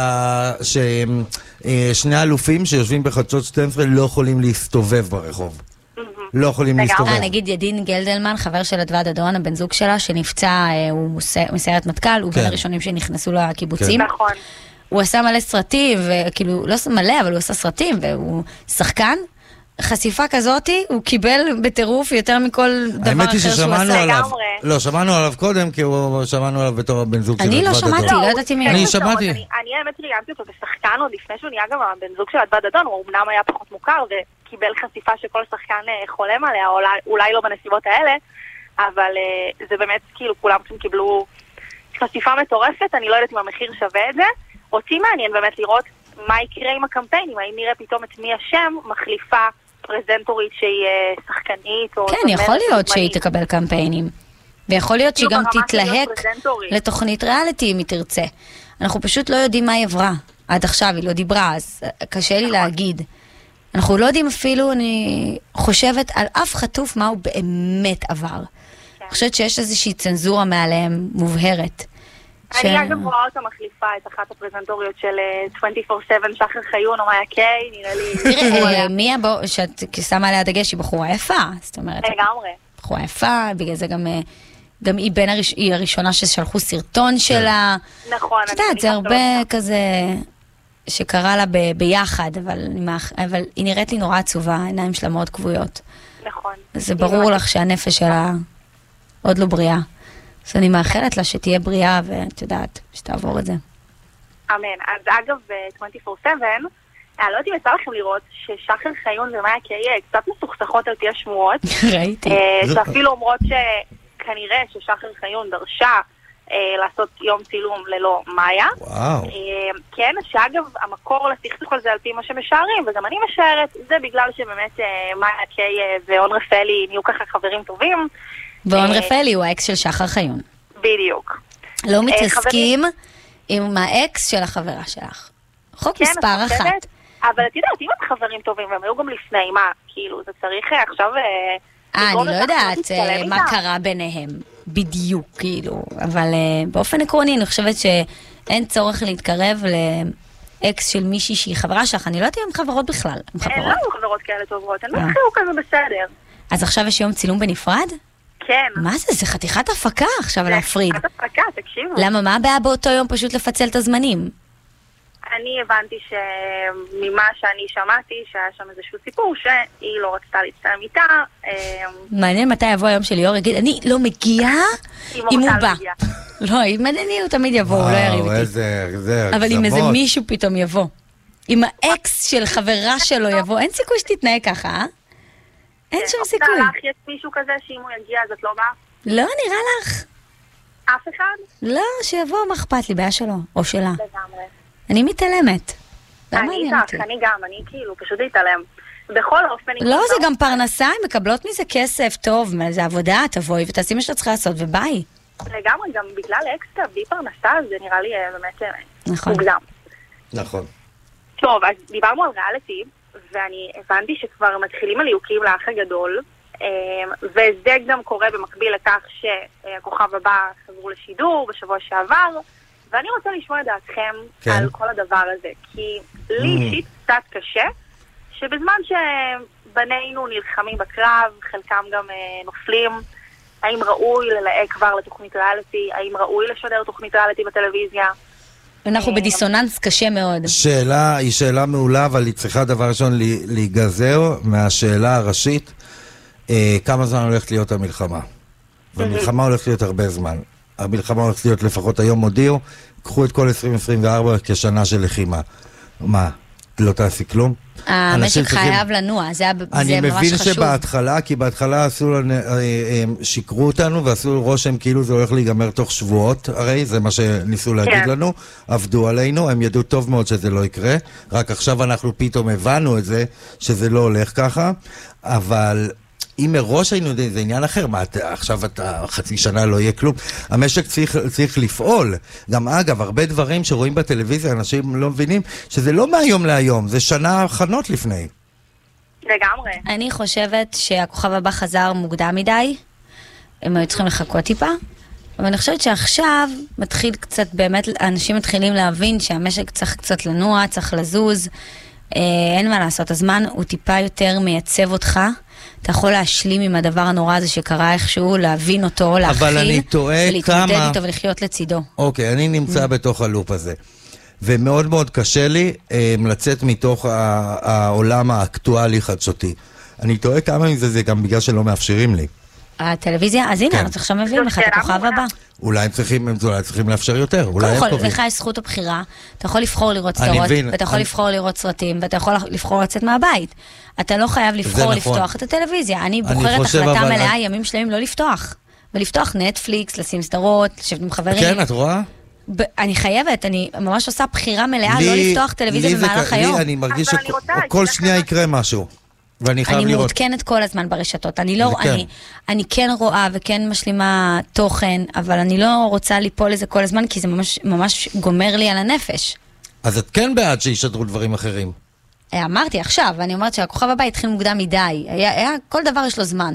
[SPEAKER 3] ששני אלופים שיושבים בחדשות 12 לא יכולים להסתובב ברחוב. לא יכולים להסתובב.
[SPEAKER 2] נגיד ידין גלדלמן, חבר של אדוה דדון, הבן זוג שלה, שנפצע, הוא מסיירת מטכ"ל, הוא בין הראשונים שנכנסו לקיבוצים.
[SPEAKER 6] נכון.
[SPEAKER 2] הוא עשה מלא סרטים, וכאילו, לא מלא, אבל הוא עשה סרטים, והוא שחקן. חשיפה כזאת, הוא קיבל בטירוף יותר מכל דבר אחר שהוא עשה.
[SPEAKER 3] לא, שמענו עליו קודם, כי שמענו עליו בתור הבן זוג של אדוה דדון.
[SPEAKER 2] אני לא שמעתי, לא ידעתי מי.
[SPEAKER 3] אני שמעתי.
[SPEAKER 6] אני האמת ראיינתי אותו בשחקן עוד לפני שהוא נהיה גם הבן זוג של אדוה דדון, הוא אמנם היה פחות מוכר וקיבל חשיפה שכל שחקן חולם עליה, אולי לא בנסיבות האלה, אבל זה באמת כאילו כולם קיבלו חשיפה מטורפת, אני לא יודעת אם המחיר שווה את זה. אותי מעניין באמת לראות מה יקרה עם הקמפיינים, האם נראה פתאום את מי השם מחליפה פרזנטורית שהיא שחקנית או...
[SPEAKER 2] כן, יכול להיות שהיא תקבל קמפיינים. ויכול להיות שהיא גם תתלהק לתוכנית ריאליטי אם היא תרצה. אנחנו פשוט לא יודעים מה היא עברה. עד עכשיו היא לא דיברה, אז קשה לי להגיד. אנחנו לא יודעים אפילו, אני חושבת על אף חטוף מה הוא באמת עבר. אני חושבת שיש איזושהי צנזורה מעליהם מובהרת.
[SPEAKER 6] אני אגב רואה אותה מחליפה את אחת הפרזנטוריות של 24/7 שחר חיון או מאיה קיי, נראה לי...
[SPEAKER 2] תראה, מי שאת שמה עליה דגש היא בחורה יפה, זאת אומרת...
[SPEAKER 6] לגמרי.
[SPEAKER 2] בחורה יפה, בגלל זה גם היא הראשונה ששלחו סרטון שלה.
[SPEAKER 6] נכון.
[SPEAKER 2] את יודעת, זה הרבה כזה שקרה לה ביחד, אבל היא נראית לי נורא עצובה, העיניים שלה מאוד כבויות.
[SPEAKER 6] נכון.
[SPEAKER 2] זה ברור לך שהנפש שלה עוד לא בריאה. אז אני מאחלת לה שתהיה בריאה ואת יודעת, שתעבור את זה.
[SPEAKER 6] אמן. אז אגב, 24/7, אני לא יודעת אם יצא לכם לראות ששחר חיון ומאיה קיי קצת מסוכסכות על פי השמועות.
[SPEAKER 2] ראיתי.
[SPEAKER 6] שאפילו אומרות שכנראה ששחר חיון דרשה לעשות יום צילום ללא מאיה.
[SPEAKER 3] וואו.
[SPEAKER 6] כן, שאגב, המקור לסכסוך הזה על פי מה שמשערים, וגם אני משערת, זה בגלל שבאמת מאיה קיי ואון רפאלי נהיו ככה חברים טובים.
[SPEAKER 2] ואון רפאלי הוא האקס של שחר חיון.
[SPEAKER 6] בדיוק.
[SPEAKER 2] לא מתעסקים עם האקס של החברה שלך. חוק מספר 1.
[SPEAKER 6] אבל את יודעת, אם את חברים טובים, והם היו גם לפני, מה? כאילו, זה צריך עכשיו...
[SPEAKER 2] אני לא יודעת מה קרה ביניהם. בדיוק, כאילו. אבל באופן עקרוני, אני חושבת שאין צורך להתקרב לאקס של מישהי שהיא חברה שלך. אני לא יודעת אם הן חברות בכלל.
[SPEAKER 6] הן לא חברות כאלה טובות, הן לא התחילו כזה בסדר.
[SPEAKER 2] אז עכשיו יש יום צילום בנפרד?
[SPEAKER 6] כן.
[SPEAKER 2] מה זה? זה חתיכת הפקה עכשיו להפריד.
[SPEAKER 6] זה חתיכת הפקה, תקשיבו.
[SPEAKER 2] למה? מה הבעיה באותו יום פשוט לפצל את הזמנים?
[SPEAKER 6] אני הבנתי שממה שאני שמעתי, שהיה שם איזשהו סיפור שהיא לא רצתה להצטלם איתה.
[SPEAKER 2] מעניין מתי יבוא היום של ליאור, יגיד, אני לא מגיעה אם הוא בא. לא, אם מענייני הוא תמיד יבוא, הוא לא יריב איתי. אבל אם איזה מישהו פתאום יבוא, אם האקס של חברה שלו יבוא, אין סיכוי שתתנהג ככה, אה? אין שום סיכוי.
[SPEAKER 6] לך יש מישהו כזה שאם הוא יגיע אז את לא באה?
[SPEAKER 2] לא, נראה לך.
[SPEAKER 6] אף אחד?
[SPEAKER 2] לא, שיבוא, מה אכפת לי, בעיה שלו, או שלה.
[SPEAKER 6] לגמרי.
[SPEAKER 2] אני מתעלמת.
[SPEAKER 6] אני איתך, אני גם, אני כאילו פשוט להתעלם. בכל אופן...
[SPEAKER 2] לא, זה גם פרנסה, הם מקבלות מזה כסף, טוב, זה עבודה, תבואי ותעשי מה שאתה צריכה לעשות, וביי.
[SPEAKER 6] לגמרי, גם בגלל אקסטרה, בלי פרנסה, זה נראה לי באמת מוגזם.
[SPEAKER 3] נכון.
[SPEAKER 6] טוב, אז דיברנו על ריאליטי, ואני הבנתי שכבר מתחילים הליהוקים לאח הגדול, וזה גם קורה במקביל לכך שהכוכב הבא חזרו לשידור בשבוע שעבר, ואני רוצה לשמוע את דעתכם על כל הדבר הזה, כי לי אישית קצת קשה, שבזמן שבנינו נלחמים בקרב, חלקם גם נופלים, האם ראוי ללהק כבר לתוכנית ריאליטי, האם ראוי לשדר תוכנית ריאליטי בטלוויזיה?
[SPEAKER 2] אנחנו בדיסוננס קשה מאוד.
[SPEAKER 3] שאלה, היא שאלה מעולה, אבל היא צריכה דבר ראשון להיגזר מהשאלה הראשית, כמה זמן הולכת להיות המלחמה. והמלחמה הולכת להיות הרבה זמן. המלחמה הולכת להיות לפחות היום הודיעו, קחו את כל 2024 כשנה של לחימה. מה? לא תעשי כלום?
[SPEAKER 2] המשק חייב לנוע, זה ממש חשוב.
[SPEAKER 3] אני מבין שבהתחלה, כי בהתחלה שיקרו אותנו ועשו רושם כאילו זה הולך להיגמר תוך שבועות, הרי זה מה שניסו להגיד לנו, עבדו עלינו, הם ידעו טוב מאוד שזה לא יקרה, רק עכשיו אנחנו פתאום הבנו את זה, שזה לא הולך ככה, אבל... אם מראש היינו יודעים, זה עניין אחר, מה, עכשיו חצי שנה לא יהיה כלום. המשק צריך לפעול. גם אגב, הרבה דברים שרואים בטלוויזיה, אנשים לא מבינים, שזה לא מהיום להיום, זה שנה הכנות לפני.
[SPEAKER 6] לגמרי.
[SPEAKER 2] אני חושבת שהכוכב הבא חזר מוקדם מדי, הם היו צריכים לחכות טיפה, אבל אני חושבת שעכשיו מתחיל קצת, באמת, אנשים מתחילים להבין שהמשק צריך קצת לנוע, צריך לזוז, אין מה לעשות, הזמן הוא טיפה יותר מייצב אותך, אתה יכול להשלים עם הדבר הנורא הזה שקרה איכשהו, להבין אותו, להכיל, ולהתמודד איתו ולחיות לצידו.
[SPEAKER 3] אוקיי, אני נמצא בתוך הלופ הזה. ומאוד מאוד קשה לי לצאת מתוך העולם האקטואלי חדשותי. אני טועה כמה מזה, זה גם בגלל שלא מאפשרים לי.
[SPEAKER 2] הטלוויזיה? אז הנה, אנחנו עכשיו מביאים לך את הכוכב הבא.
[SPEAKER 3] אולי הם צריכים לאפשר יותר.
[SPEAKER 2] לך יש זכות הבחירה, אתה יכול לבחור לראות סדרות, ואתה יכול לבחור לראות סרטים, ואתה יכול לבחור לצאת מהבית. אתה לא חייב לבחור לפתוח את הטלוויזיה. אני בוחרת החלטה מלאה ימים שלמים לא לפתוח. ולפתוח נטפליקס, לשים סדרות, לשבת עם חברים.
[SPEAKER 3] כן, את רואה?
[SPEAKER 2] אני חייבת, אני ממש עושה בחירה מלאה לא לפתוח טלוויזיה במהלך היום.
[SPEAKER 3] אני מרגיש שכל שנייה יקרה משהו.
[SPEAKER 2] אני מעודכנת כל הזמן ברשתות, אני כן רואה וכן משלימה תוכן, אבל אני לא רוצה ליפול לזה כל הזמן, כי זה ממש גומר לי על הנפש.
[SPEAKER 3] אז את כן בעד שישדרו דברים אחרים?
[SPEAKER 2] אמרתי עכשיו, אני אומרת שהכוכב הבא התחיל מוקדם מדי, כל דבר יש לו זמן.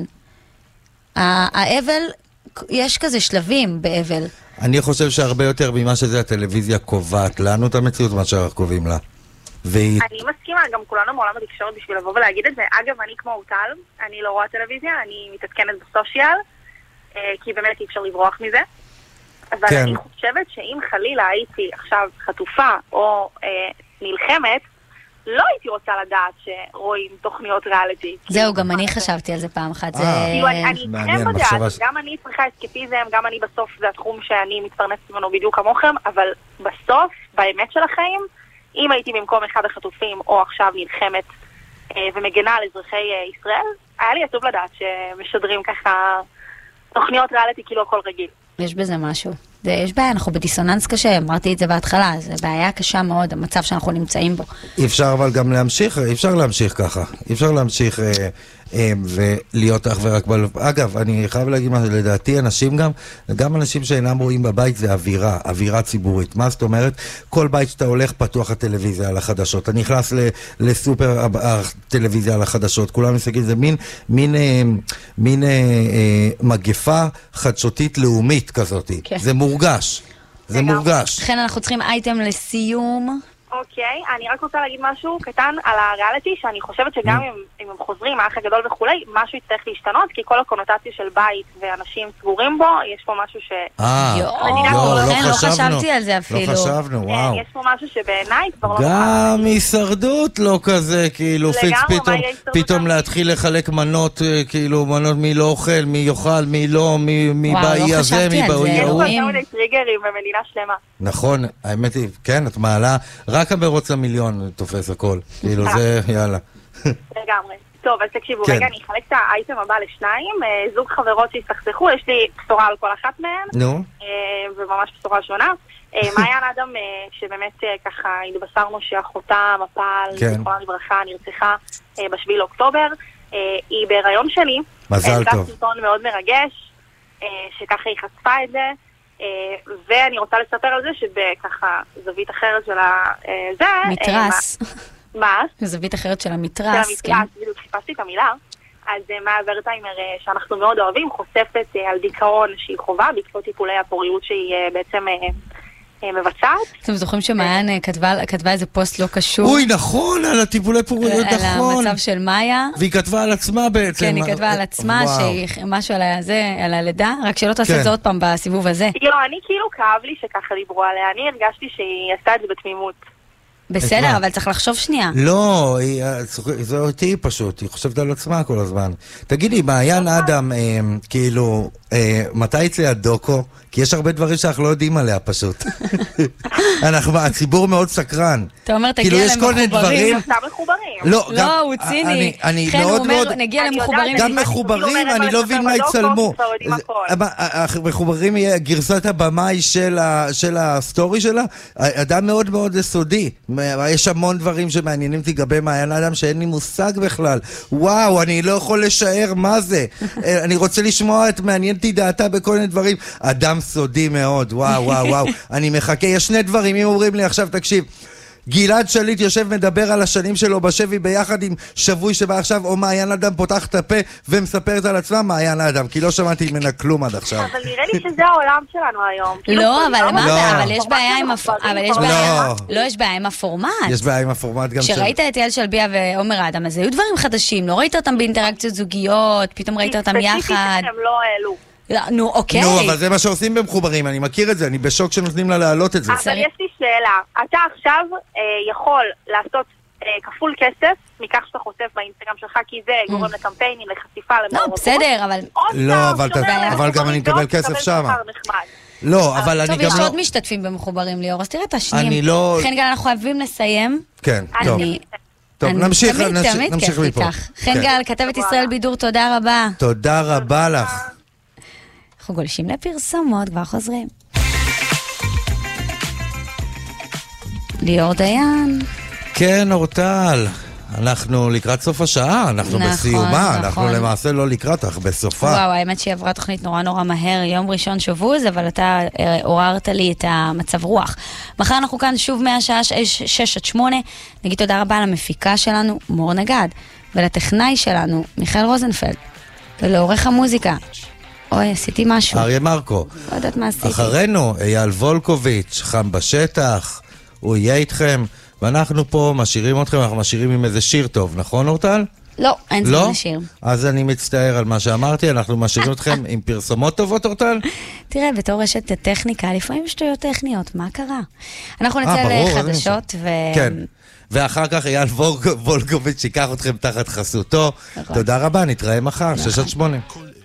[SPEAKER 2] האבל, יש כזה שלבים באבל.
[SPEAKER 3] אני חושב שהרבה יותר ממה שזה הטלוויזיה קובעת לנו את המציאות, מה שאנחנו קובעים לה.
[SPEAKER 6] אני מסכימה, גם כולנו מעולם התקשורת בשביל לבוא ולהגיד את זה. אגב, אני כמו אוטל, אני לא רואה טלוויזיה, אני מתעדכנת בסושיאל, כי באמת אי אפשר לברוח מזה. אבל אני חושבת שאם חלילה הייתי עכשיו חטופה או נלחמת, לא הייתי רוצה לדעת שרואים תוכניות ריאליטי.
[SPEAKER 2] זהו, גם אני חשבתי על זה פעם אחת.
[SPEAKER 6] אני איתכם בדעת, גם אני צריכה אסקפיזם, גם אני בסוף זה התחום שאני מתפרנסת ממנו בדיוק כמוכם, אבל בסוף, באמת של החיים, אם הייתי במקום אחד החטופים, או עכשיו נלחמת ומגנה על אזרחי ישראל, היה לי עצוב לדעת שמשדרים ככה תוכניות ריאליטי כאילו הכל רגיל.
[SPEAKER 2] יש בזה משהו. יש בעיה, אנחנו בדיסוננס קשה, אמרתי את זה בהתחלה, זה בעיה קשה מאוד, המצב שאנחנו נמצאים בו.
[SPEAKER 3] אי אפשר אבל גם להמשיך, אי אפשר להמשיך ככה. אי אפשר להמשיך ולהיות אך ורק אגב, אני חייב להגיד מה, לדעתי אנשים גם אנשים שאינם רואים בבית זה אווירה ציבורית. מה זאת אומרת? כל בית שאתה הולך פתוח הטלוויזיה על החדשות. אני נכנס לסופר הטלוויזיה על החדשות. כולם מסתכלים, זה מין מגפה חדשותית לאומית כזאת. זה מורגש. זה מורגש.
[SPEAKER 2] לכן אנחנו צריכים אייטם לסיום.
[SPEAKER 6] אוקיי, אני רק רוצה להגיד משהו קטן על הריאליטי, שאני חושבת שגם אם הם חוזרים, האח הגדול וכולי, משהו יצטרך להשתנות, כי כל הקונוטציה של בית ואנשים סגורים בו, יש פה משהו ש...
[SPEAKER 2] לא חשבתי על זה אפילו.
[SPEAKER 3] לא חשבנו, וואו.
[SPEAKER 6] יש פה משהו שבעיניי כבר לא...
[SPEAKER 3] גם הישרדות לא כזה, כאילו פיקס פתאום להתחיל לחלק מנות, כאילו מנות מי לא אוכל, מי יאכל, מי לא, מי באי הזה, מי באי ההוא.
[SPEAKER 6] יש פה טריגרים במדינה שלמה.
[SPEAKER 3] נכון, האמת היא, כן, את מעלה, רק המרוץ למיליון תופס הכל, כאילו זה, יאללה.
[SPEAKER 6] לגמרי. טוב, אז תקשיבו, רגע, אני אחלק את האייטם הבא לשניים, זוג חברות שהסתכסכו, יש לי בשורה על כל אחת מהן, וממש בשורה שונה. מעיין אדם, שבאמת ככה התבשרנו שאחותה מפל, זכרונה לברכה, נרצחה ב7 לאוקטובר, היא בהיריון שני,
[SPEAKER 3] מזל טוב.
[SPEAKER 6] סרטון מאוד מרגש, שככה היא חשפה את זה, ואני רוצה לספר על זה שבככה זווית אחרת של זה...
[SPEAKER 2] מתרס.
[SPEAKER 6] מה?
[SPEAKER 2] זווית אחרת של המתרס,
[SPEAKER 6] כן. בדיוק חיפשתי את המילה. אז מאיה ורטהיימר, שאנחנו מאוד אוהבים, חושפת על דיכאון שהיא חובה, בעקבות טיפולי הפוריות שהיא בעצם מבצעת.
[SPEAKER 2] אתם זוכרים שמעיין כתבה איזה פוסט לא קשור?
[SPEAKER 3] אוי, נכון, על הטיפולי פוריות, נכון.
[SPEAKER 2] על המצב של מאיה.
[SPEAKER 3] והיא כתבה על עצמה בעצם.
[SPEAKER 2] כן, היא כתבה על עצמה, משהו על הלידה, רק שלא תעשה את זה עוד פעם בסיבוב הזה.
[SPEAKER 6] לא, אני כאילו כאב לי שככה דיברו עליה, אני הרגשתי שהיא עשתה את זה בתמימות.
[SPEAKER 2] בסדר, אבל צריך לחשוב שנייה.
[SPEAKER 3] לא, זה אותי פשוט, היא חושבת על עצמה כל הזמן. תגידי, מעיין אדם, כאילו, מתי יצא הדוקו? כי יש הרבה דברים שאנחנו לא יודעים עליה פשוט. הציבור מאוד סקרן.
[SPEAKER 2] אתה אומר, תגיע למחוברים.
[SPEAKER 6] לא,
[SPEAKER 2] הוא ציני. חן, הוא אומר, נגיע למחוברים.
[SPEAKER 3] גם מחוברים, אני לא מבין מה יצלמו. מחוברים יהיה גרסת הבמאי של הסטורי שלה. אדם מאוד מאוד סודי. יש המון דברים שמעניינים אותי לגבי מעיין אדם שאין לי מושג בכלל. וואו, אני לא יכול לשער מה זה. אני רוצה לשמוע את מעניינתי דעתה בכל מיני דברים. אדם סודי מאוד, וואו, וואו, וואו. אני מחכה, יש שני דברים, אם אומרים לי עכשיו, תקשיב, גלעד שליט יושב מדבר על השנים שלו בשבי ביחד עם שבוי שבא עכשיו, או מעיין אדם פותח את הפה ומספרת על עצמה מעיין אדם, כי לא שמעתי ממנה כלום עד עכשיו.
[SPEAKER 6] אבל נראה לי שזה העולם שלנו היום.
[SPEAKER 2] לא, אבל יש בעיה עם יש בעיה עם הפורמט.
[SPEAKER 3] יש בעיה עם הפורמט גם של...
[SPEAKER 2] כשראית את יעל שלביה ועומר אדם, אז היו דברים חדשים, לא ראית אותם באינטראקציות זוגיות, פתאום ראית אותם יחד.
[SPEAKER 6] ספציפית הם לא העלו.
[SPEAKER 2] נו, אוקיי.
[SPEAKER 3] נו, אבל זה מה שעושים במחוברים, אני מכיר את זה, אני בשוק שנותנים לה להעלות את זה.
[SPEAKER 6] אבל יש לי שאלה, אתה עכשיו יכול לעשות כפול כסף מכך שאתה חושף באינסטגרם שלך, כי זה גורם לקמפיינים, לחשיפה, למעורבות.
[SPEAKER 2] לא, בסדר, אבל...
[SPEAKER 3] לא, אבל גם אני מקבל כסף שם. לא, אבל אני גם לא...
[SPEAKER 2] טוב, יש עוד משתתפים במחוברים, ליאור, אז תראה את השניים. אני לא... חן גל, אנחנו חייבים לסיים.
[SPEAKER 3] כן, טוב. טוב, נמשיך מפה.
[SPEAKER 2] חן גל, כתבת ישראל בידור, תודה רבה.
[SPEAKER 3] תודה רבה לך.
[SPEAKER 2] אנחנו גולשים לפרסומות, כבר חוזרים. ליאור דיין.
[SPEAKER 3] כן, אורטל. אנחנו לקראת סוף השעה, אנחנו בסיומה, אנחנו למעשה לא לקראת, אך בסופה.
[SPEAKER 2] וואו, האמת שהיא עברה תוכנית נורא מהר, יום ראשון שבוז, אבל אתה עוררת לי את המצב רוח. מחר אנחנו כאן שוב מהשעה 6-8, נגיד תודה רבה למפיקה שלנו, מור נגד, ולטכנאי שלנו, מיכאל רוזנפלד, ולעורך המוזיקה. אוי, עשיתי משהו.
[SPEAKER 3] אריה מרקו.
[SPEAKER 2] לא יודעת מה עשיתי.
[SPEAKER 3] אחרינו, אייל וולקוביץ', חם בשטח, הוא יהיה איתכם, ואנחנו פה משאירים אתכם, אנחנו משאירים עם איזה שיר טוב, נכון אורטל?
[SPEAKER 2] לא, אין זמן לשיר.
[SPEAKER 3] אז אני מצטער על מה שאמרתי, אנחנו משאירים אתכם עם פרסומות טובות אורטל?
[SPEAKER 2] תראה, בתור רשת הטכניקה, לפעמים שטויות טכניות, מה קרה? אנחנו נצא לחדשות ו...
[SPEAKER 3] כן. ואחר כך אייל וולקוביץ' שיקח אתכם תחת חסותו. תודה רבה, נתראה מחר, 6-8.